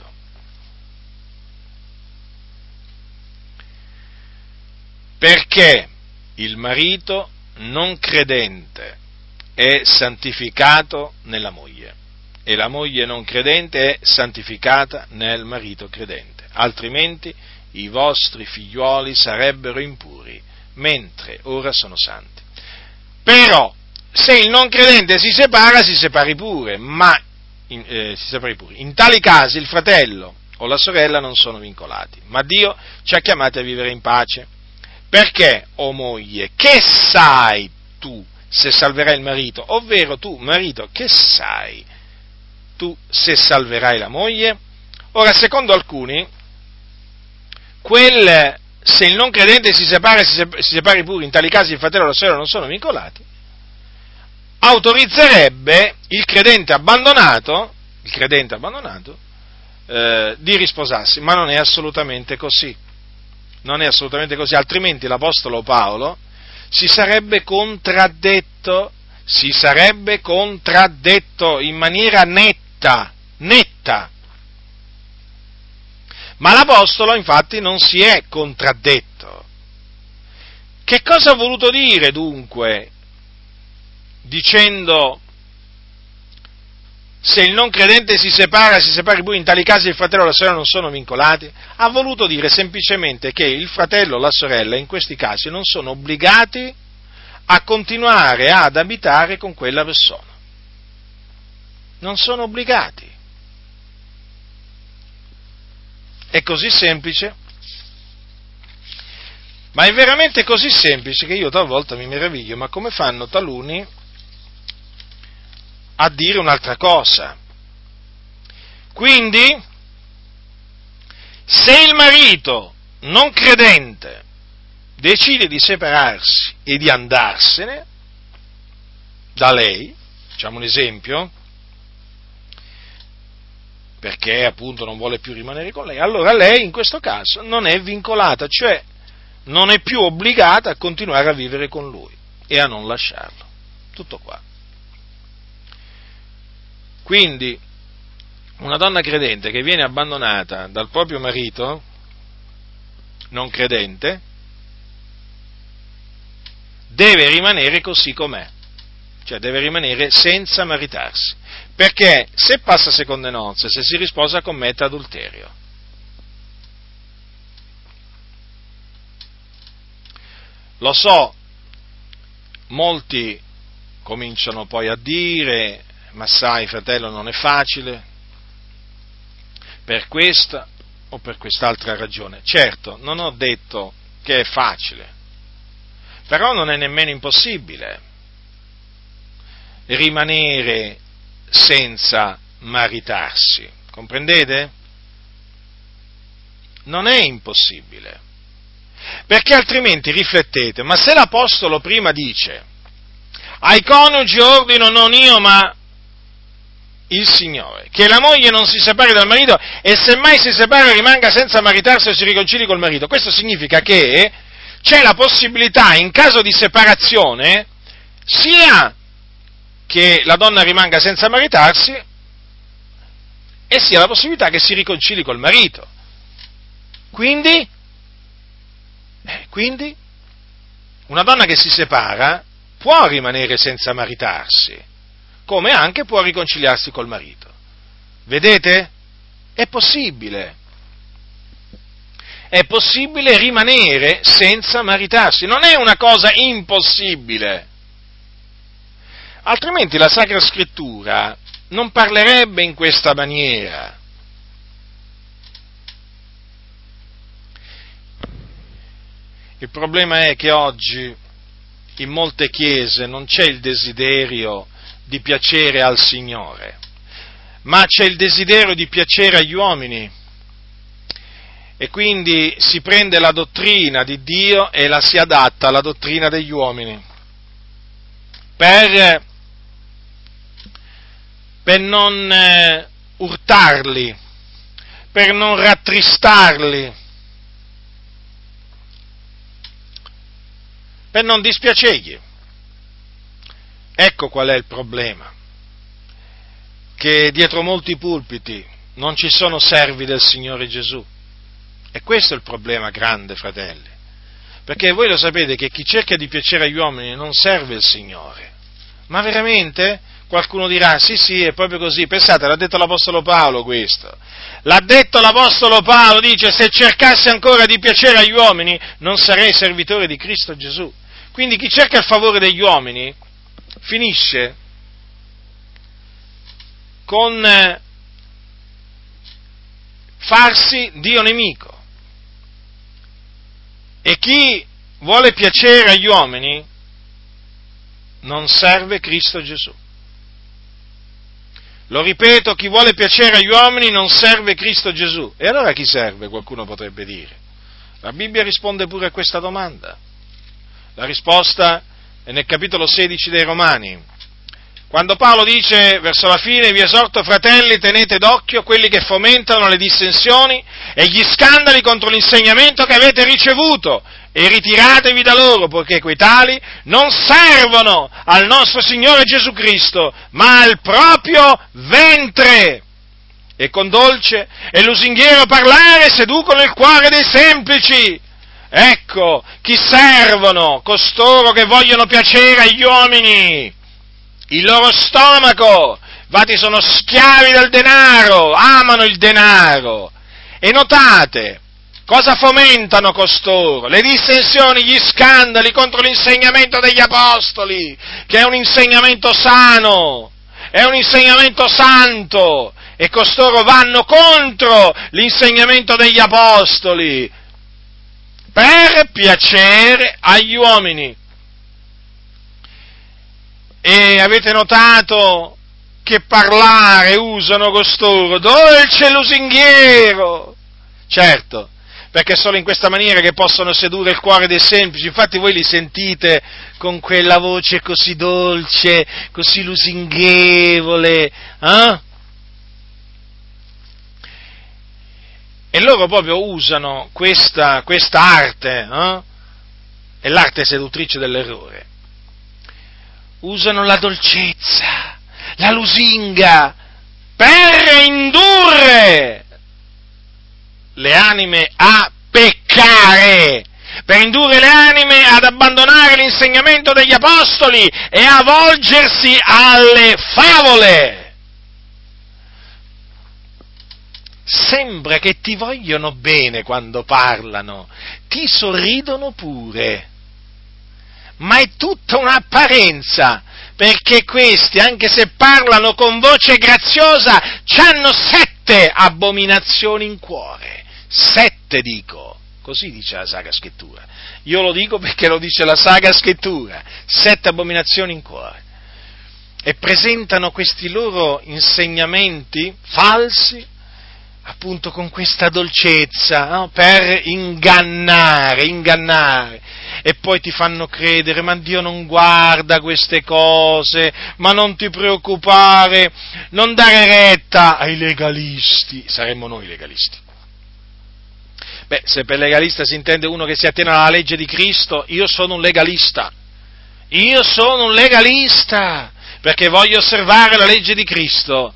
Perché il marito non credente è santificato nella moglie e la moglie non credente è santificata nel marito credente, altrimenti i vostri figliuoli sarebbero impuri, mentre ora sono santi. Però, se il non credente si separi pure, si separi pure. In tali casi il fratello o la sorella non sono vincolati, ma Dio ci ha chiamati a vivere in pace. Perché, o moglie, che sai tu se salverai il marito? Ovvero tu, marito, che sai tu se salverai la moglie? Ora, secondo alcuni, se il non credente si separi pure, in tali casi il fratello o la sorella non sono vincolati, autorizzerebbe il credente abbandonato di risposarsi, ma non è assolutamente così. Non è assolutamente così, altrimenti l'Apostolo Paolo si sarebbe contraddetto in maniera netta. Ma l'Apostolo infatti non si è contraddetto. Che cosa ha voluto dire dunque dicendo se il non credente si separi pure, in tali casi il fratello o la sorella non sono vincolati? Ha voluto dire semplicemente che il fratello o la sorella in questi casi non sono obbligati a continuare ad abitare con quella persona. Non sono obbligati. È così semplice, ma è veramente così semplice che io talvolta mi meraviglio, ma come fanno taluni a dire un'altra cosa? Quindi, se il marito non credente decide di separarsi e di andarsene da lei, facciamo un esempio, perché appunto non vuole più rimanere con lei, allora lei in questo caso non è vincolata, cioè non è più obbligata a continuare a vivere con lui e a non lasciarlo. Tutto qua. Quindi una donna credente che viene abbandonata dal proprio marito non credente deve rimanere così com'è, cioè deve rimanere senza maritarsi, perché se passa seconde nozze, se si risposa, commette adulterio. Lo so, molti cominciano poi a dire: ma sai, fratello, non è facile, per questa o per quest'altra ragione. Certo, non ho detto che è facile, però non è nemmeno impossibile rimanere senza maritarsi, comprendete? Non è impossibile, perché altrimenti riflettete, ma se l'Apostolo prima dice: ai coniugi ordino non io ma il Signore, che la moglie non si separi dal marito e semmai si separa rimanga senza maritarsi o si riconcili col marito. Questo significa che c'è la possibilità, in caso di separazione, sia che la donna rimanga senza maritarsi e sia la possibilità che si riconcili col marito. Quindi, una donna che si separa può rimanere senza maritarsi, come anche può riconciliarsi col marito. Vedete? È possibile rimanere senza maritarsi, non è una cosa impossibile. Altrimenti la Sacra Scrittura non parlerebbe in questa maniera. Il problema è che oggi in molte chiese non c'è il desiderio di piacere al Signore, ma c'è il desiderio di piacere agli uomini, e quindi si prende la dottrina di Dio e la si adatta alla dottrina degli uomini per per non urtarli, per non rattristarli, per non dispiacergli. Ecco qual è il problema, che dietro molti pulpiti non ci sono servi del Signore Gesù. E questo è il problema grande, fratelli, perché voi lo sapete che chi cerca di piacere agli uomini non serve il Signore. Ma veramente? Qualcuno dirà, sì, è proprio così. Pensate, l'ha detto l'Apostolo Paolo questo. L'ha detto l'Apostolo Paolo, dice, se cercassi ancora di piacere agli uomini, non sarei servitore di Cristo Gesù. Quindi chi cerca il favore degli uomini finisce con farsi Dio nemico. E chi vuole piacere agli uomini non serve Cristo Gesù. Lo ripeto, chi vuole piacere agli uomini non serve Cristo Gesù. E allora chi serve? Qualcuno potrebbe dire. La Bibbia risponde pure a questa domanda. La risposta è nel capitolo 16 dei Romani. Quando Paolo dice, verso la fine, vi esorto fratelli, tenete d'occhio quelli che fomentano le dissensioni e gli scandali contro l'insegnamento che avete ricevuto, e ritiratevi da loro, poiché quei tali non servono al nostro Signore Gesù Cristo, ma al proprio ventre. E con dolce e lusinghiero parlare seducono il cuore dei semplici. Ecco chi servono, costoro che vogliono piacere agli uomini. Il loro stomaco, infatti sono schiavi del denaro, amano il denaro. E notate, cosa fomentano costoro? Le dissensioni, gli scandali contro l'insegnamento degli apostoli, che è un insegnamento sano, è un insegnamento santo, e costoro vanno contro l'insegnamento degli apostoli per piacere agli uomini. E avete notato che parlare usano costoro, dolce e lusinghiero? Certo, perché è solo in questa maniera che possono sedurre il cuore dei semplici. Infatti voi li sentite con quella voce così dolce, così lusinghevole, E loro proprio usano questa arte, è l'arte seduttrice dell'errore. Usano la dolcezza, la lusinga, per indurre le anime a peccare, per indurre le anime ad abbandonare l'insegnamento degli apostoli e a volgersi alle favole. Sembra che ti vogliono bene quando parlano, ti sorridono pure, ma è tutta un'apparenza, perché questi, anche se parlano con voce graziosa, c'hanno 7 abominazioni in cuore, 7 dico, così dice la Sacra Scrittura, io lo dico perché lo dice la Sacra Scrittura, 7 abominazioni in cuore, e presentano questi loro insegnamenti falsi, appunto con questa dolcezza, no? Per ingannare, e poi ti fanno credere, ma Dio non guarda queste cose, ma non ti preoccupare, non dare retta ai legalisti, saremmo noi legalisti. Beh, se per legalista si intende uno che si attiene alla legge di Cristo, io sono un legalista, perché voglio osservare la legge di Cristo,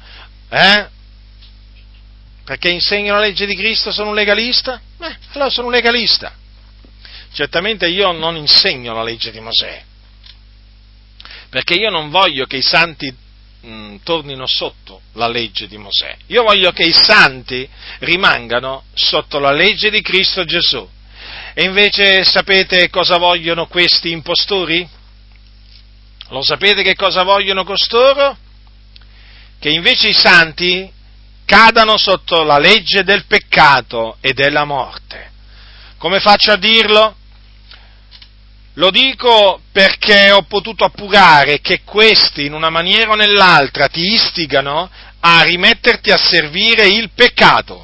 Perché insegno la legge di Cristo, sono un legalista? Allora sono un legalista. Certamente io non insegno la legge di Mosè, perché io non voglio che i santi tornino sotto la legge di Mosè. Io voglio che i santi rimangano sotto la legge di Cristo Gesù. E invece sapete cosa vogliono questi impostori? Lo sapete che cosa vogliono costoro? Che invece i santi cadano sotto la legge del peccato e della morte. Come faccio a dirlo? Lo dico perché ho potuto appurare che questi, in una maniera o nell'altra, ti istigano a rimetterti a servire il peccato.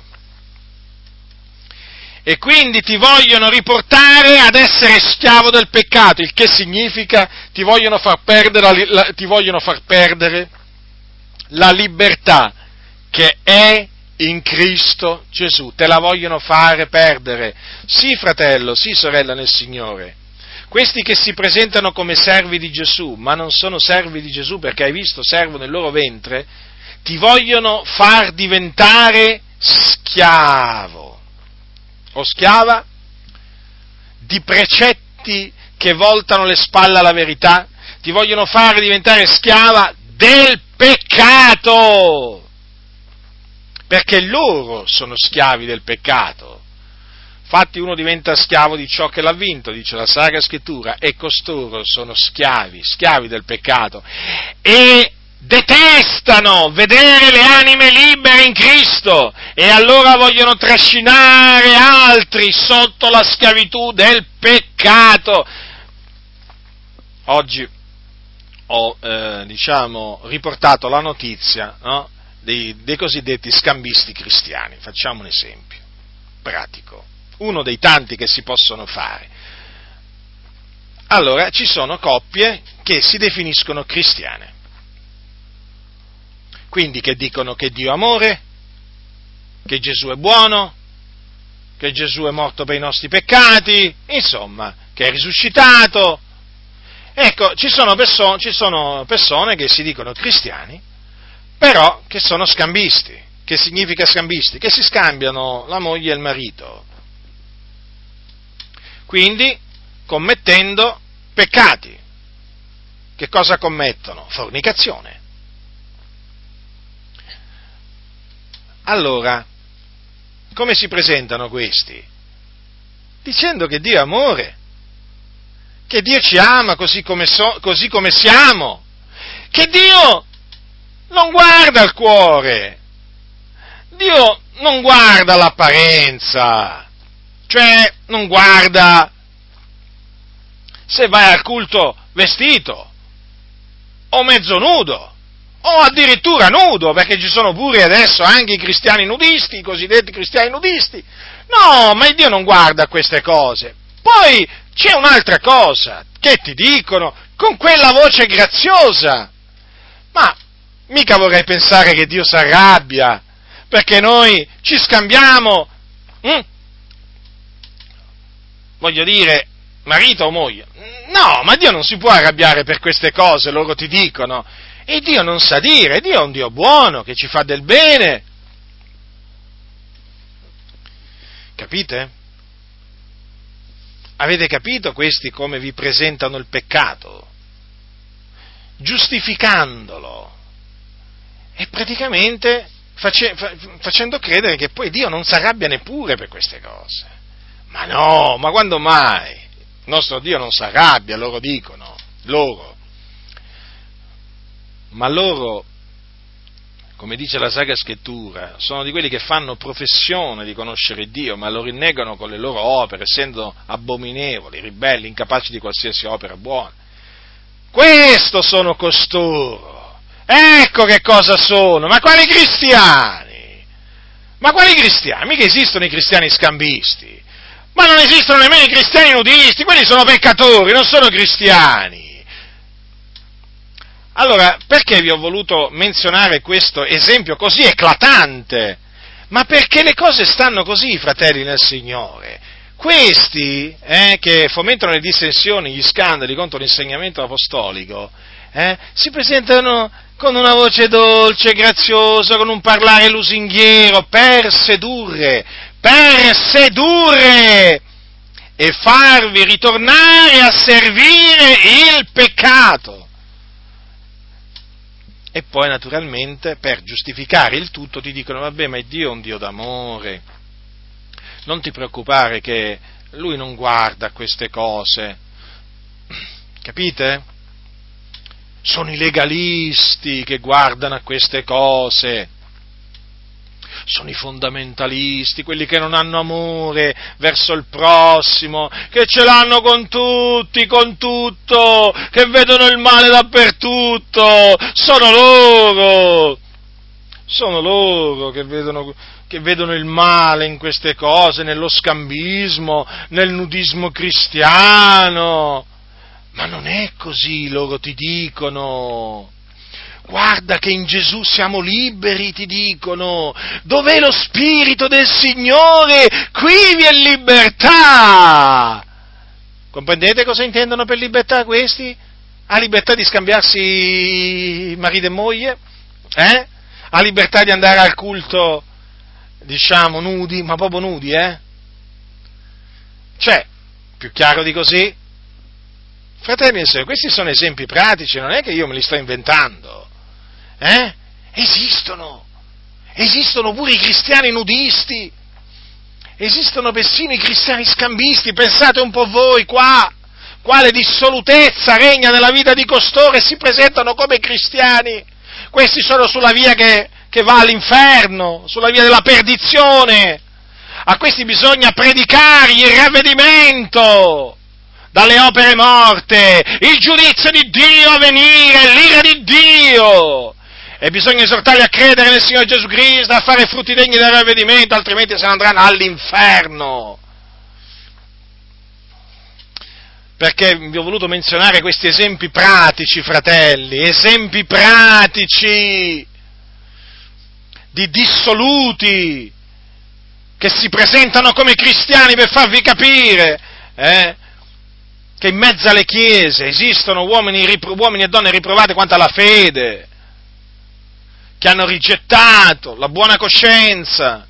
E quindi ti vogliono riportare ad essere schiavo del peccato, il che significa ti vogliono far perdere la libertà che è in Cristo Gesù. Te la vogliono fare perdere. Sì, fratello, sì, sorella nel Signore. Questi che si presentano come servi di Gesù, ma non sono servi di Gesù perché hai visto servo nel loro ventre, ti vogliono far diventare schiavo o schiava di precetti che voltano le spalle alla verità, ti vogliono fare diventare schiava del peccato, perché loro sono schiavi del peccato. Infatti uno diventa schiavo di ciò che l'ha vinto, dice la Sacra Scrittura, e costoro sono schiavi del peccato, e detestano vedere le anime libere in Cristo, e allora vogliono trascinare altri sotto la schiavitù del peccato. Oggi ho, riportato la notizia, no, dei cosiddetti scambisti cristiani. Facciamo un esempio pratico, uno dei tanti che si possono fare. Allora, ci sono coppie che si definiscono cristiane, quindi che dicono che Dio è amore, che Gesù è buono, che Gesù è morto per i nostri peccati, insomma, che è risuscitato. Ecco, ci sono persone che si dicono cristiani, però che sono scambisti. Che significa scambisti? Che si scambiano la moglie e il marito, quindi commettendo peccati. Che cosa commettono? Fornicazione. Allora, come si presentano questi? Dicendo che Dio è amore, che Dio ci ama così come siamo, che Dio non guarda il cuore, Dio non guarda l'apparenza, cioè non guarda se vai al culto vestito o mezzo nudo o addirittura nudo, perché ci sono pure adesso anche i cristiani nudisti, i cosiddetti cristiani nudisti. No, ma Dio non guarda queste cose. Poi c'è un'altra cosa che ti dicono con quella voce graziosa, ma mica vorrei pensare che Dio si arrabbia perché noi ci scambiamo, voglio dire, marito o moglie. No, ma Dio non si può arrabbiare per queste cose, loro ti dicono. E Dio non sa dire, Dio è un Dio buono, che ci fa del bene. Capite? Avete capito questi come vi presentano il peccato? Giustificandolo. E praticamente facendo credere che poi Dio non si arrabbia neppure per queste cose. Ma no, ma quando mai? Il nostro Dio non si arrabbia, loro dicono, ma loro, come dice la Sacra Scrittura, sono di quelli che fanno professione di conoscere Dio, ma lo rinnegano con le loro opere, essendo abominevoli, ribelli, incapaci di qualsiasi opera buona. Questo sono costoro. Ecco che cosa sono. Ma quali cristiani? Mica esistono i cristiani scambisti. Ma non esistono nemmeno i cristiani nudisti. Quelli sono peccatori, non sono cristiani. Allora, perché vi ho voluto menzionare questo esempio così eclatante? Ma perché le cose stanno così, fratelli nel Signore. Questi, che fomentano le dissensioni, gli scandali contro l'insegnamento apostolico, si presentano con una voce dolce, graziosa, con un parlare lusinghiero, per sedurre, e farvi ritornare a servire il peccato. E poi naturalmente per giustificare il tutto ti dicono: vabbè, ma Dio è un Dio d'amore, non ti preoccupare che Lui non guarda queste cose, capite? Sono i legalisti che guardano a queste cose, sono i fondamentalisti, quelli che non hanno amore verso il prossimo, che ce l'hanno con tutti, con tutto, che vedono il male dappertutto, sono loro che vedono il male in queste cose, nello scambismo, nel nudismo cristiano. Ma non è così, loro ti dicono. Guarda che in Gesù siamo liberi, ti dicono. Dov'è lo Spirito del Signore? Qui vi è libertà. Comprendete cosa intendono per libertà questi? Ha libertà di scambiarsi marito e moglie? Ha libertà di andare al culto, diciamo, nudi, ma proprio nudi, Cioè, più chiaro di così? Fratelli e sorelle, questi sono esempi pratici, non è che io me li sto inventando. Esistono pure i cristiani nudisti, esistono persino i cristiani scambisti, pensate un po' voi qua, quale dissolutezza regna nella vita di costoro e si presentano come cristiani. Questi sono sulla via che va all'inferno, sulla via della perdizione. A questi bisogna predicargli il ravvedimento dalle opere morte, il giudizio di Dio a venire, l'ira di Dio. E bisogna esortarli a credere nel Signore Gesù Cristo, a fare frutti degni del ravvedimento, altrimenti se ne andranno all'inferno. Perché vi ho voluto menzionare questi esempi pratici, fratelli, esempi pratici di dissoluti che si presentano come cristiani per farvi capire, che in mezzo alle chiese esistono uomini e donne riprovate quanto alla fede, che hanno rigettato la buona coscienza,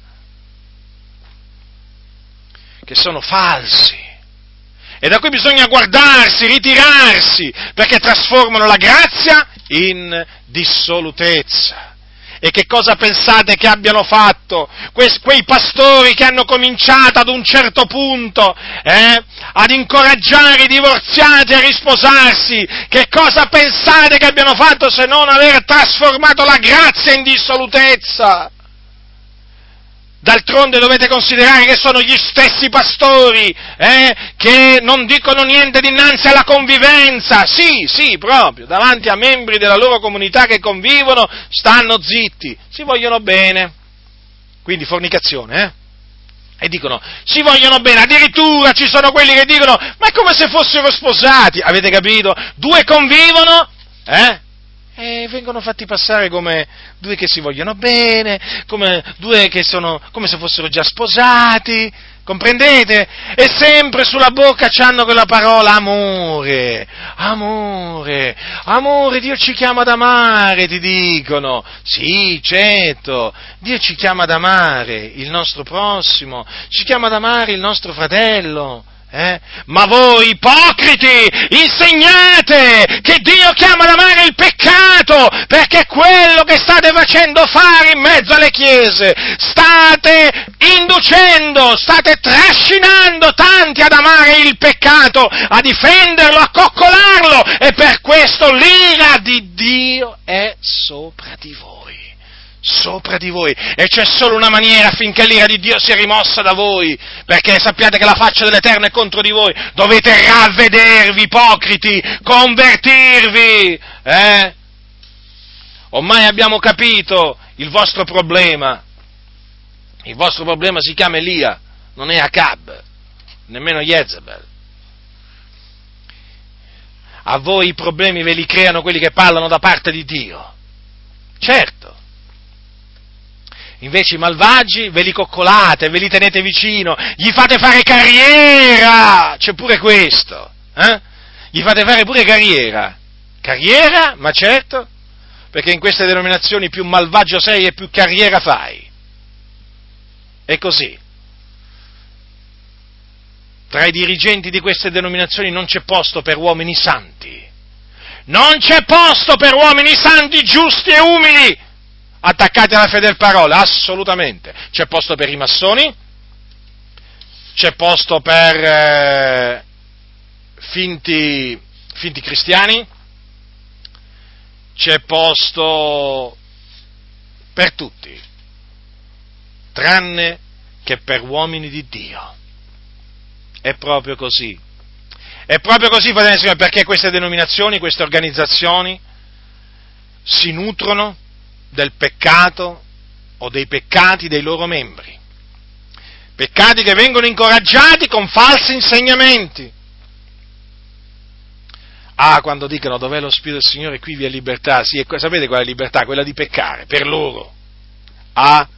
che sono falsi, e da cui bisogna guardarsi, ritirarsi, perché trasformano la grazia in dissolutezza. E che cosa pensate che abbiano fatto quei pastori che hanno cominciato ad un certo punto ad incoraggiare i divorziati a risposarsi? Che cosa pensate che abbiano fatto se non aver trasformato la grazia in dissolutezza? D'altronde dovete considerare che sono gli stessi pastori che non dicono niente dinanzi alla convivenza, sì, proprio, davanti a membri della loro comunità che convivono, stanno zitti, si vogliono bene, quindi fornicazione, e dicono, si vogliono bene, addirittura ci sono quelli che dicono, ma è come se fossero sposati, avete capito? Due convivono, e vengono fatti passare come due che si vogliono bene, come due che sono come se fossero già sposati, comprendete? E sempre sulla bocca c'hanno quella parola amore, Dio ci chiama ad amare, ti dicono. Sì, certo, Dio ci chiama ad amare il nostro prossimo, ci chiama ad amare il nostro fratello. Ma voi ipocriti insegnate che Dio chiama ad amare il peccato, perché è quello che state facendo fare in mezzo alle chiese, state inducendo, state trascinando tanti ad amare il peccato, a difenderlo, a coccolarlo, e per questo l'ira di Dio è sopra di voi, e c'è solo una maniera affinché l'ira di Dio sia rimossa da voi, perché sappiate che la faccia dell'Eterno è contro di voi, dovete ravvedervi, ipocriti, convertirvi, Ormai abbiamo capito il vostro problema si chiama Elia, non è Acab, nemmeno Jezebel. A voi i problemi ve li creano quelli che parlano da parte di Dio, certo. Invece i malvagi ve li coccolate, ve li tenete vicino, gli fate fare carriera, c'è pure questo, Gli fate fare pure carriera, ma certo, perché in queste denominazioni più malvagio sei e più carriera fai, è così. Tra i dirigenti di queste denominazioni non c'è posto per uomini santi, giusti e umili, attaccati alla fedele parola, assolutamente. C'è posto per i massoni, c'è posto per finti cristiani, c'è posto per tutti, tranne che per uomini di Dio. È proprio così, fratelli e signori, perché queste denominazioni, queste organizzazioni si nutrono del peccato o dei peccati dei loro membri, peccati che vengono incoraggiati con falsi insegnamenti. Ah, quando dicono dov'è lo Spirito del Signore, qui vi è libertà. Sì, sapete qual è la libertà? Quella di peccare, per loro. Ah?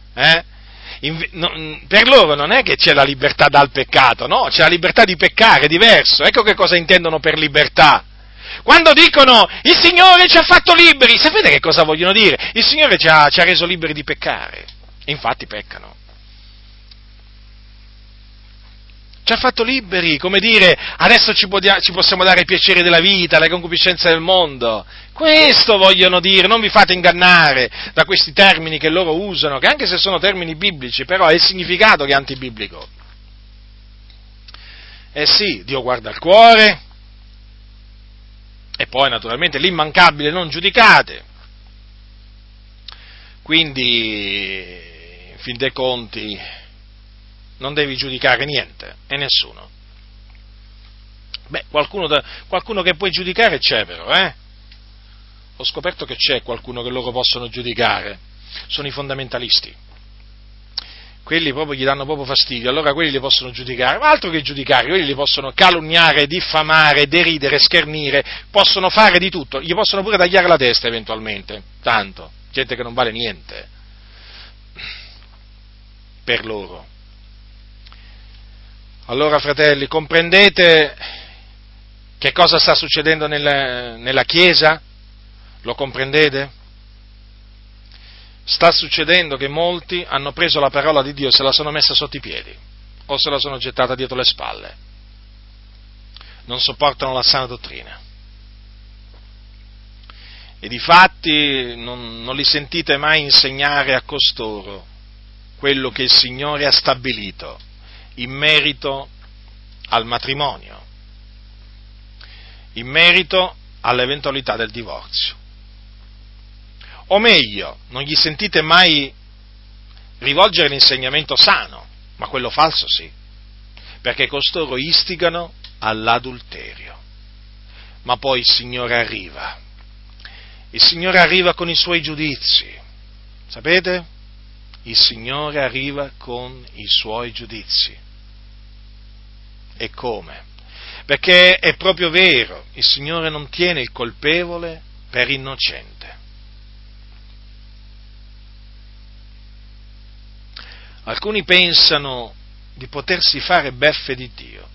Per loro non è che c'è la libertà dal peccato, no, c'è la libertà di peccare, è diverso. Ecco che cosa intendono per libertà. Quando dicono il Signore ci ha fatto liberi, sapete che cosa vogliono dire? Il Signore ci ha reso liberi di peccare, infatti peccano. Ci ha fatto liberi, come dire, adesso ci possiamo dare i piaceri della vita, le concupiscenze del mondo. Questo vogliono dire, non vi fate ingannare da questi termini che loro usano, che anche se sono termini biblici, però è il significato che è antibiblico. Sì, Dio guarda il cuore, e poi naturalmente l'immancabile non giudicate. Quindi, in fin dei conti, non devi giudicare niente e nessuno. Beh, qualcuno che puoi giudicare c'è però, Ho scoperto che c'è qualcuno che loro possono giudicare, sono i fondamentalisti. Quelli proprio gli danno proprio fastidio, allora quelli li possono giudicare, ma altro che giudicare, quelli li possono calunniare, diffamare, deridere, schernire, possono fare di tutto, gli possono pure tagliare la testa eventualmente, tanto, gente che non vale niente per loro. Allora, fratelli, comprendete che cosa sta succedendo nella Chiesa? Lo comprendete? Sta succedendo che molti hanno preso la parola di Dio e se la sono messa sotto i piedi, o se la sono gettata dietro le spalle. Non sopportano la sana dottrina. E difatti non li sentite mai insegnare a costoro quello che il Signore ha stabilito in merito al matrimonio, in merito all'eventualità del divorzio. O meglio, non gli sentite mai rivolgere l'insegnamento sano, ma quello falso sì, perché costoro istigano all'adulterio. Ma poi il Signore arriva con i suoi giudizi, sapete? Il Signore arriva con i suoi giudizi. E come? Perché è proprio vero, il Signore non tiene il colpevole per innocente. Alcuni pensano di potersi fare beffe di Dio.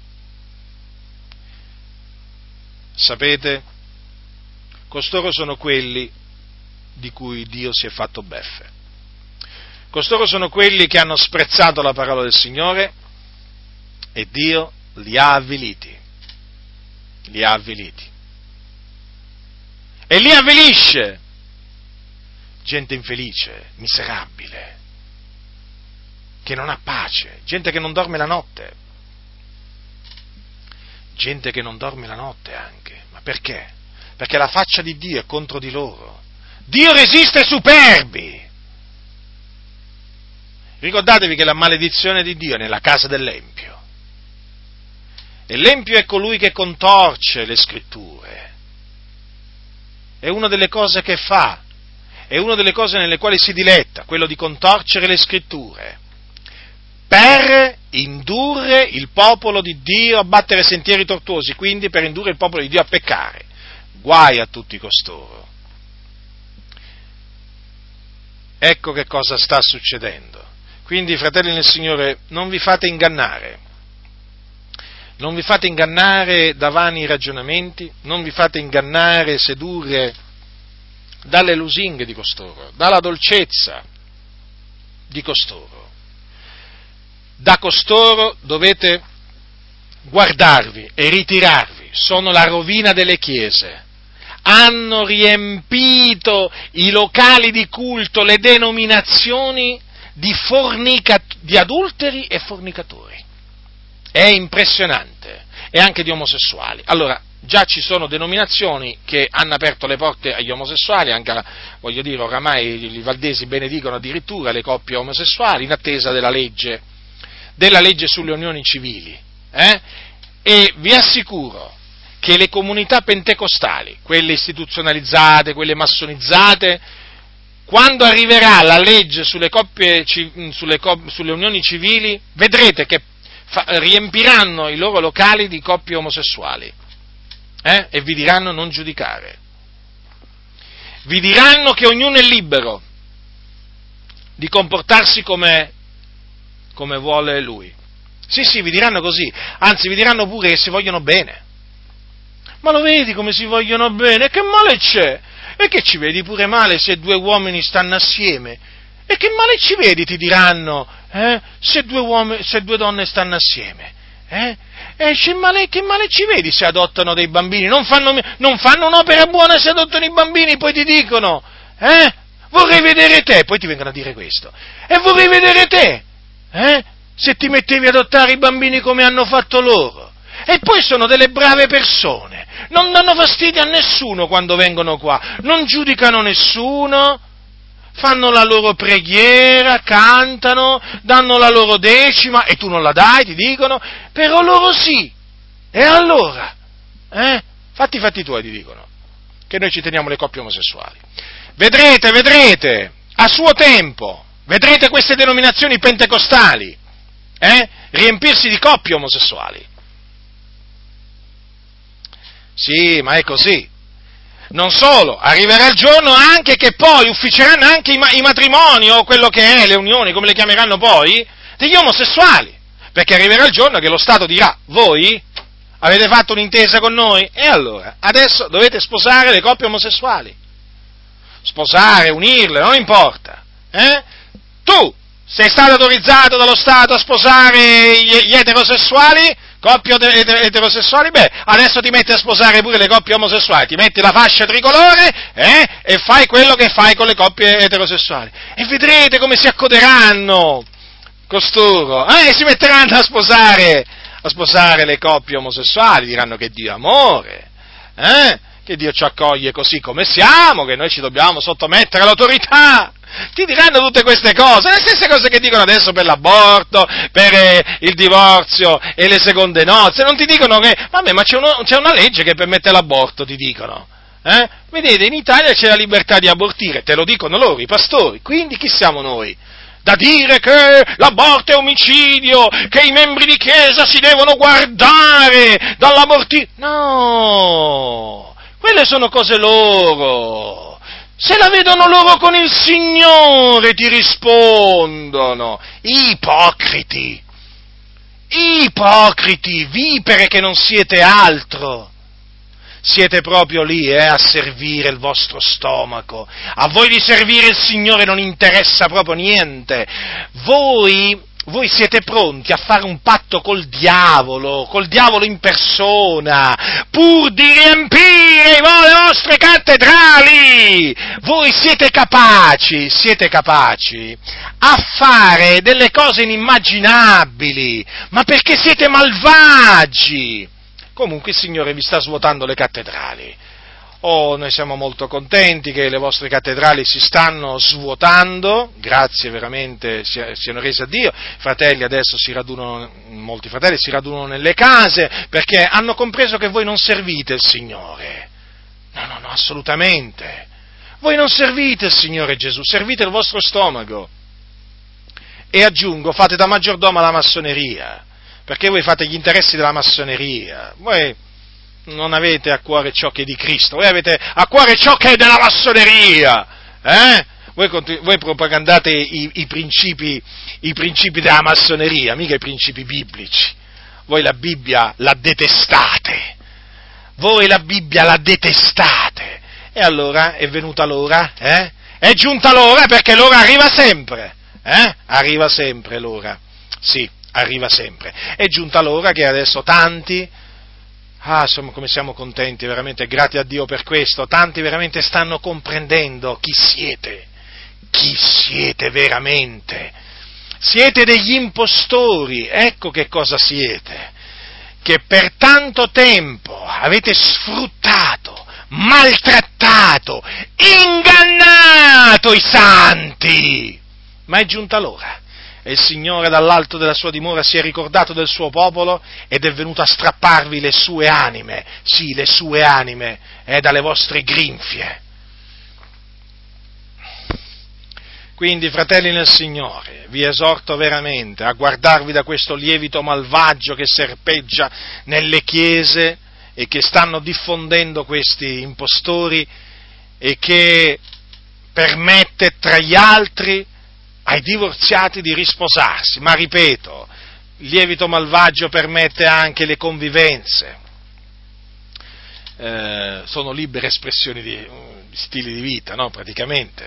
Sapete? Costoro sono quelli di cui Dio si è fatto beffe. Costoro sono quelli che hanno sprezzato la parola del Signore e Dio li ha avviliti. Li ha avviliti. E li avvilisce. Gente infelice, miserabile, che non ha pace, gente che non dorme la notte. Gente che non dorme la notte anche. Ma perché? Perché la faccia di Dio è contro di loro. Dio resiste ai superbi. Ricordatevi che la maledizione di Dio è nella casa dell'empio. E l'empio è colui che contorce le scritture. È una delle cose che fa, è una delle cose nelle quali si diletta, quello di contorcere le scritture, per indurre il popolo di Dio a battere sentieri tortuosi, quindi per indurre il popolo di Dio a peccare. Guai a tutti costoro. Ecco che cosa sta succedendo. Quindi, fratelli nel Signore, non vi fate ingannare. Non vi fate ingannare da vani ragionamenti, non vi fate ingannare, sedurre dalle lusinghe di costoro, dalla dolcezza di costoro. Da costoro dovete guardarvi e ritirarvi, sono la rovina delle chiese. Hanno riempito i locali di culto, le denominazioni di adulteri e fornicatori. È impressionante, e anche di omosessuali. Allora, già ci sono denominazioni che hanno aperto le porte agli omosessuali, anche, voglio dire, oramai i valdesi benedicono addirittura le coppie omosessuali in attesa della legge sulle unioni civili. E vi assicuro che le comunità pentecostali, quelle istituzionalizzate, quelle massonizzate, quando arriverà la legge sulle unioni civili, vedrete che riempiranno i loro locali di coppie omosessuali. E vi diranno non giudicare. Vi diranno che ognuno è libero di comportarsi come vuole lui. Sì, vi diranno così, anzi vi diranno pure che si vogliono bene. Ma lo vedi come si vogliono bene? E che male c'è? E che ci vedi pure male se due uomini stanno assieme? E che male ci vedi, ti diranno, se due donne stanno assieme? E che male ci vedi se adottano dei bambini? Non fanno un'opera buona se adottano i bambini, poi ti dicono, vorrei vedere te, poi ti vengono a dire questo, e vorrei vedere te, se ti mettevi ad adottare i bambini come hanno fatto loro. E poi sono delle brave persone, non danno fastidio a nessuno quando vengono qua, non giudicano nessuno, fanno la loro preghiera, cantano, danno la loro decima, e tu non la dai, ti dicono, però loro sì. E allora? Fatti tuoi, ti dicono, che noi ci teniamo le coppie omosessuali. Vedrete, a suo tempo, vedrete queste denominazioni pentecostali, riempirsi di coppie omosessuali. Sì, ma è così. Non solo, arriverà il giorno anche che poi ufficeranno anche i matrimoni, o quello che è, le unioni, come le chiameranno poi, degli omosessuali. Perché arriverà il giorno che lo Stato dirà, voi avete fatto un'intesa con noi, e allora, adesso dovete sposare le coppie omosessuali. Sposare, unirle, non importa. Tu sei stato autorizzato dallo Stato a sposare gli eterosessuali, coppie eterosessuali, adesso ti metti a sposare pure le coppie omosessuali, ti metti la fascia tricolore, e fai quello che fai con le coppie eterosessuali. E vedrete come si accoderanno costoro, e si metteranno a sposare le coppie omosessuali, diranno che Dio è amore, che Dio ci accoglie così come siamo, che noi ci dobbiamo sottomettere all'autorità. Ti diranno tutte queste cose, le stesse cose che dicono adesso per l'aborto, per il divorzio e le seconde nozze. Non ti dicono che, vabbè, ma c'è una legge che permette l'aborto, ti dicono. Vedete, in Italia c'è la libertà di abortire, te lo dicono loro, i pastori, quindi chi siamo noi? Da dire che l'aborto è omicidio, che i membri di chiesa si devono guardare dall'abortire. No, quelle sono cose loro. Se la vedono loro con il Signore, ti rispondono. Ipocriti, vipere che non siete altro. Siete proprio lì, a servire il vostro stomaco. A voi di servire il Signore non interessa proprio niente. Voi siete pronti a fare un patto col diavolo in persona, pur di riempire le vostre cattedrali. Voi siete capaci a fare delle cose inimmaginabili, ma perché siete malvagi. Comunque il Signore vi sta svuotando le cattedrali. Noi siamo molto contenti che le vostre cattedrali si stanno svuotando, grazie veramente siano resi a Dio. Molti fratelli si radunano nelle case perché hanno compreso che voi non servite il Signore. No, assolutamente. Voi non servite il Signore Gesù, servite il vostro stomaco. E aggiungo, fate da maggiordomo alla massoneria, perché voi fate gli interessi della massoneria. Voi non avete a cuore ciò che è di Cristo, voi avete a cuore ciò che è della massoneria, Voi propagandate i principi della massoneria, mica i principi biblici. Voi la Bibbia la detestate, e allora è venuta l'ora, È giunta l'ora, perché l'ora arriva sempre, Arriva sempre l'ora, sì, arriva sempre. È giunta l'ora che adesso tanti, insomma, come siamo contenti, veramente, grati a Dio per questo, tanti veramente stanno comprendendo chi siete veramente. Siete degli impostori, ecco che cosa siete, che per tanto tempo avete sfruttato, maltrattato, ingannato i santi, ma è giunta l'ora. E il Signore dall'alto della sua dimora si è ricordato del suo popolo ed è venuto a strapparvi le sue anime, sì, le sue anime, dalle vostre grinfie. Quindi, fratelli nel Signore, vi esorto veramente a guardarvi da questo lievito malvagio che serpeggia nelle chiese e che stanno diffondendo questi impostori e che permette, tra gli altri, ai divorziati di risposarsi. Ma ripeto, il lievito malvagio permette anche le convivenze. Sono libere espressioni di stili di vita, no? Praticamente.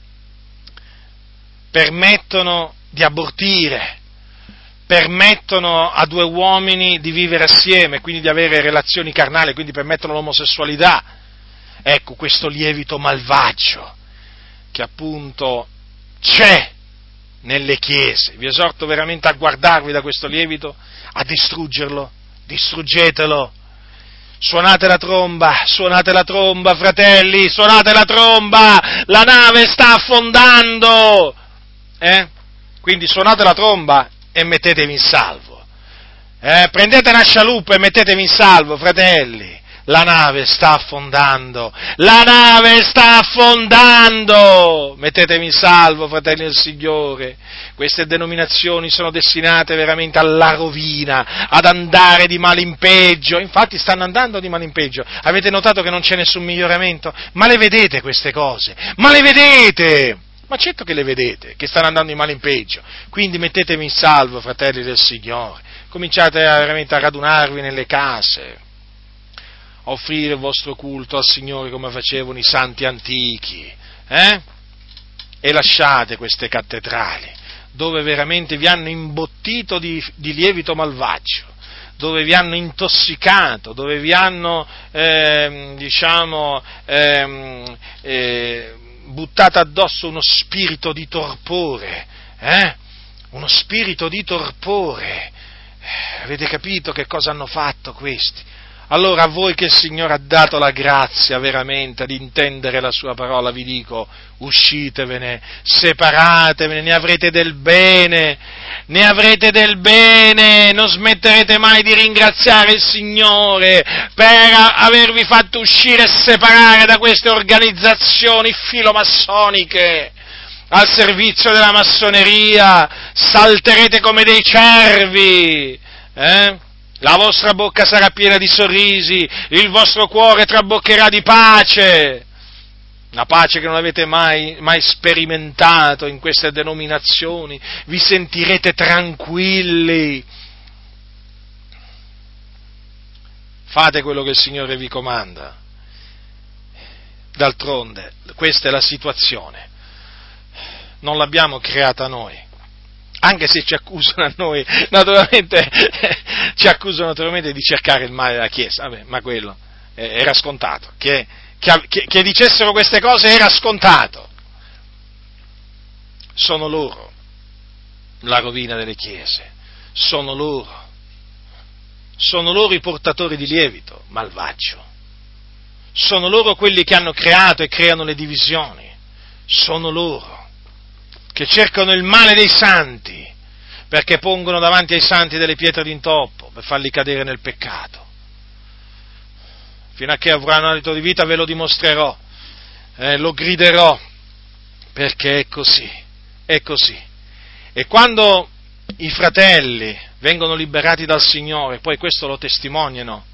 Permettono di abortire, permettono a due uomini di vivere assieme, quindi di avere relazioni carnali, quindi permettono l'omosessualità. Ecco, questo lievito malvagio che appunto c'è nelle chiese. Vi esorto veramente a guardarvi da questo lievito, a distruggerlo, distruggetelo. Suonate la tromba, fratelli, suonate la tromba, la nave sta affondando, Quindi suonate la tromba e mettetevi in salvo, prendete una scialuppa e mettetevi in salvo, fratelli, la nave sta affondando, mettetevi in salvo, fratelli del Signore. Queste denominazioni sono destinate veramente alla rovina, ad andare di male in peggio, infatti stanno andando di male in peggio. Avete notato che non c'è nessun miglioramento? Ma le vedete queste cose? Ma le vedete? Ma certo che le vedete, che stanno andando di male in peggio. Quindi mettetevi in salvo, fratelli del Signore, cominciate veramente a radunarvi nelle case, a offrire il vostro culto al Signore come facevano i santi antichi, E lasciate queste cattedrali, dove veramente vi hanno imbottito di lievito malvagio, dove vi hanno intossicato, dove vi hanno, buttato addosso uno spirito di torpore, Uno spirito di torpore. Avete capito che cosa hanno fatto questi? Allora, a voi che il Signore ha dato la grazia veramente ad intendere la sua parola, vi dico, uscitevene, separatevene, ne avrete del bene, non smetterete mai di ringraziare il Signore per avervi fatto uscire e separare da queste organizzazioni filomassoniche al servizio della massoneria. Salterete come dei cervi, La vostra bocca sarà piena di sorrisi, il vostro cuore traboccherà di pace, una pace che non avete mai sperimentato in queste denominazioni, vi sentirete tranquilli. Fate quello che il Signore vi comanda. D'altronde, questa è la situazione, non l'abbiamo creata noi. Anche se ci accusano a noi, naturalmente, di cercare il male della Chiesa. Vabbè, ma quello era scontato. Che dicessero queste cose era scontato. Sono loro la rovina delle Chiese. Sono loro i portatori di lievito malvagio. Sono loro quelli che hanno creato e creano le divisioni. Sono loro che cercano il male dei santi, perché pongono davanti ai santi delle pietre d'intoppo per farli cadere nel peccato. Fino a che avrà un alito di vita ve lo dimostrerò, lo griderò, perché è così. E quando i fratelli vengono liberati dal Signore, poi questo lo testimoniano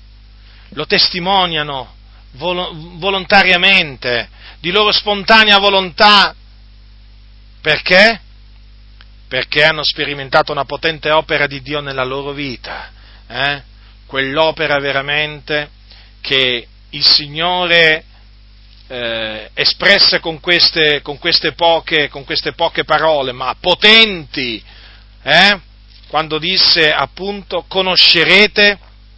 volontariamente, di loro spontanea volontà. Perché? Perché hanno sperimentato una potente opera di Dio nella loro vita, quell'opera veramente che il Signore espresse con queste poche parole, ma potenti, quando disse appunto conoscerete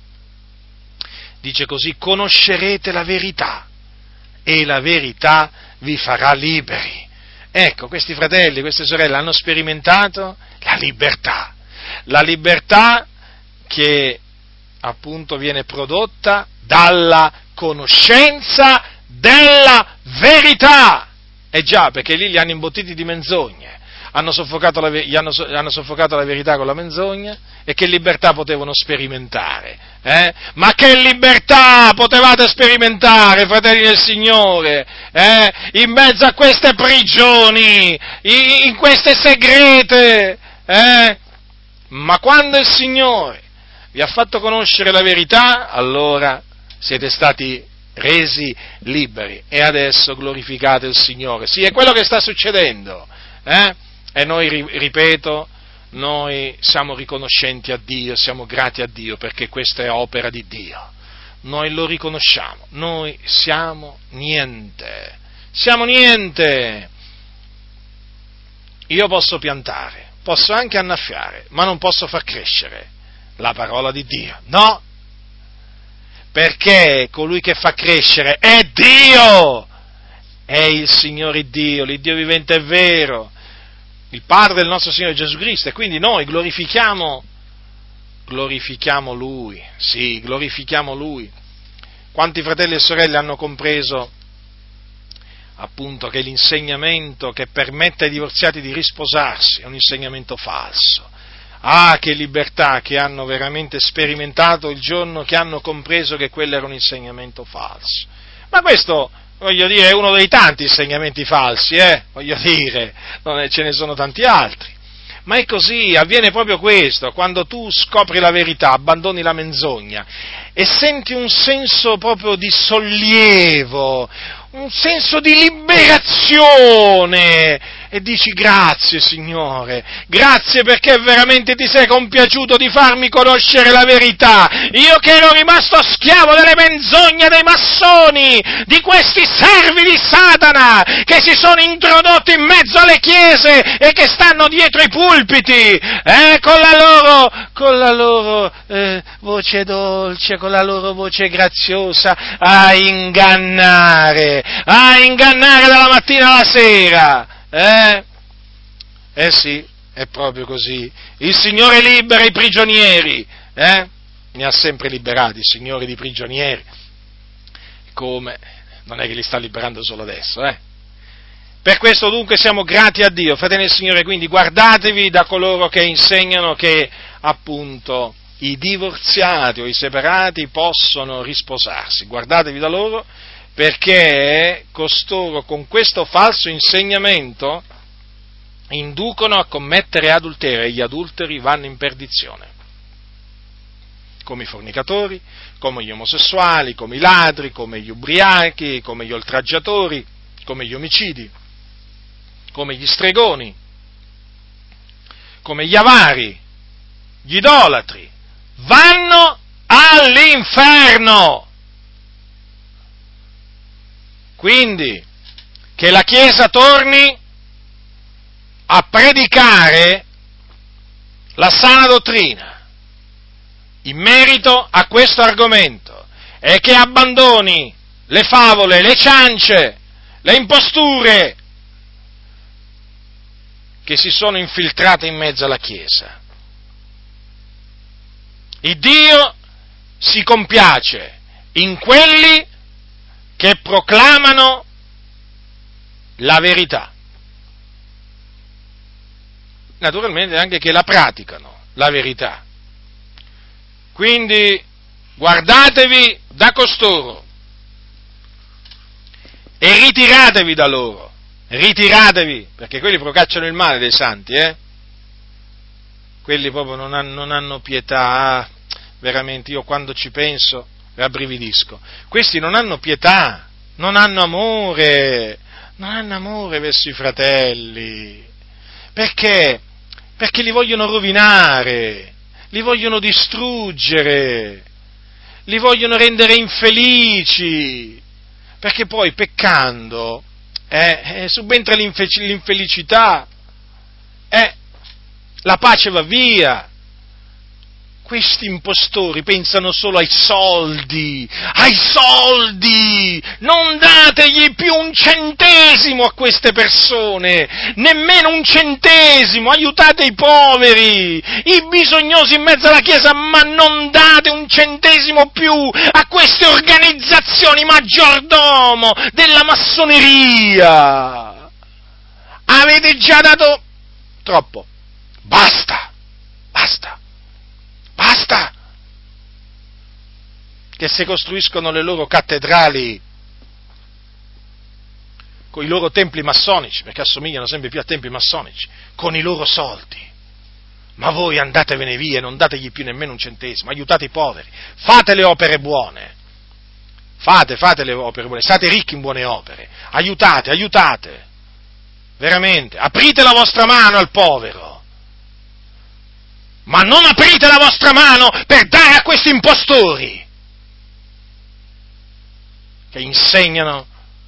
la verità e la verità vi farà liberi. Ecco, questi fratelli, queste sorelle hanno sperimentato la libertà che appunto viene prodotta dalla conoscenza della verità. Già, perché lì li hanno imbottiti di menzogne, hanno soffocato la verità con la menzogna, e che libertà potevano sperimentare? Ma che libertà potevate sperimentare, fratelli del Signore, in mezzo a queste prigioni, in queste segrete, Ma quando il Signore vi ha fatto conoscere la verità, allora siete stati resi liberi e adesso glorificate il Signore. Sì, è quello che sta succedendo, E noi, ripeto, noi siamo riconoscenti a Dio, siamo grati a Dio perché questa è opera di Dio. Noi lo riconosciamo, noi siamo niente. Io posso piantare, posso anche annaffiare, ma non posso far crescere la parola di Dio, no, perché colui che fa crescere è Dio, è il Signore Dio, l'Iddio vivente e vero, il Padre del nostro Signore Gesù Cristo, e quindi noi glorifichiamo Lui, sì, glorifichiamo Lui. Quanti fratelli e sorelle hanno compreso appunto che l'insegnamento che permette ai divorziati di risposarsi è un insegnamento falso? Ah, che libertà che hanno veramente sperimentato il giorno che hanno compreso che quello era un insegnamento falso. Ma questo, voglio dire, è uno dei tanti insegnamenti falsi, voglio dire, ce ne sono tanti altri. Ma è così, avviene proprio questo, quando tu scopri la verità, abbandoni la menzogna e senti un senso proprio di sollievo, un senso di liberazione e dici grazie Signore, grazie perché veramente ti sei compiaciuto di farmi conoscere la verità, io che ero rimasto schiavo delle menzogne dei massoni, di questi servi di Satana che si sono introdotti in mezzo alle chiese e che stanno dietro i pulpiti, con la loro voce dolce, con la loro voce graziosa, a ingannare dalla mattina alla sera. Sì, è proprio così. Il Signore libera i prigionieri, ne ha sempre liberati il Signore di prigionieri. Come? Non è che li sta liberando solo adesso, Per questo dunque siamo grati a Dio, fratelli del Signore, quindi guardatevi da coloro che insegnano che appunto i divorziati o i separati possono risposarsi, guardatevi da loro, perché costoro con questo falso insegnamento inducono a commettere adulterio e gli adulteri vanno in perdizione, come i fornicatori, come gli omosessuali, come i ladri, come gli ubriachi, come gli oltraggiatori, come gli omicidi, come gli stregoni, come gli avari, gli idolatri, vanno all'inferno. Quindi, che la Chiesa torni a predicare la sana dottrina in merito a questo argomento e che abbandoni le favole, le ciance, le imposture che si sono infiltrate in mezzo alla Chiesa. Il Dio si compiace in quelli che proclamano la verità, naturalmente anche che la praticano, la verità. Quindi guardatevi da costoro e ritiratevi da loro, perché quelli procacciano il male dei santi, Quelli proprio non hanno pietà, veramente, io quando ci penso rabbrividisco. Questi non hanno pietà, non hanno amore verso i fratelli. Perché? Perché li vogliono rovinare, li vogliono distruggere, li vogliono rendere infelici, perché poi peccando subentra l'infelicità, la pace va via. Questi impostori pensano solo ai soldi, non dategli più un centesimo a queste persone, nemmeno un centesimo, aiutate i poveri, i bisognosi in mezzo alla Chiesa, ma non date un centesimo più a queste organizzazioni maggiordomo della massoneria. Avete già dato troppo, basta! Che si costruiscono le loro cattedrali con i loro templi massonici, perché assomigliano sempre più a templi massonici, con i loro soldi. Ma voi andatevene via, non dategli più nemmeno un centesimo, aiutate i poveri, fate le opere buone, Fate le opere buone, state ricchi in buone opere, aiutate, veramente, aprite la vostra mano al povero, ma non aprite la vostra mano per dare a questi impostori che insegnano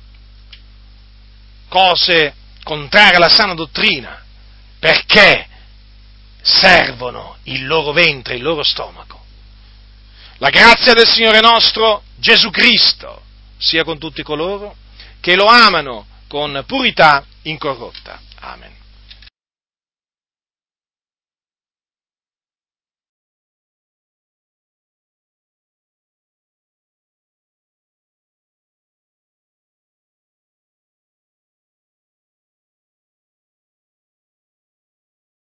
cose contrarie alla sana dottrina, perché servono il loro ventre, il loro stomaco. La grazia del Signore nostro Gesù Cristo sia con tutti coloro che lo amano con purità incorrotta. Amen.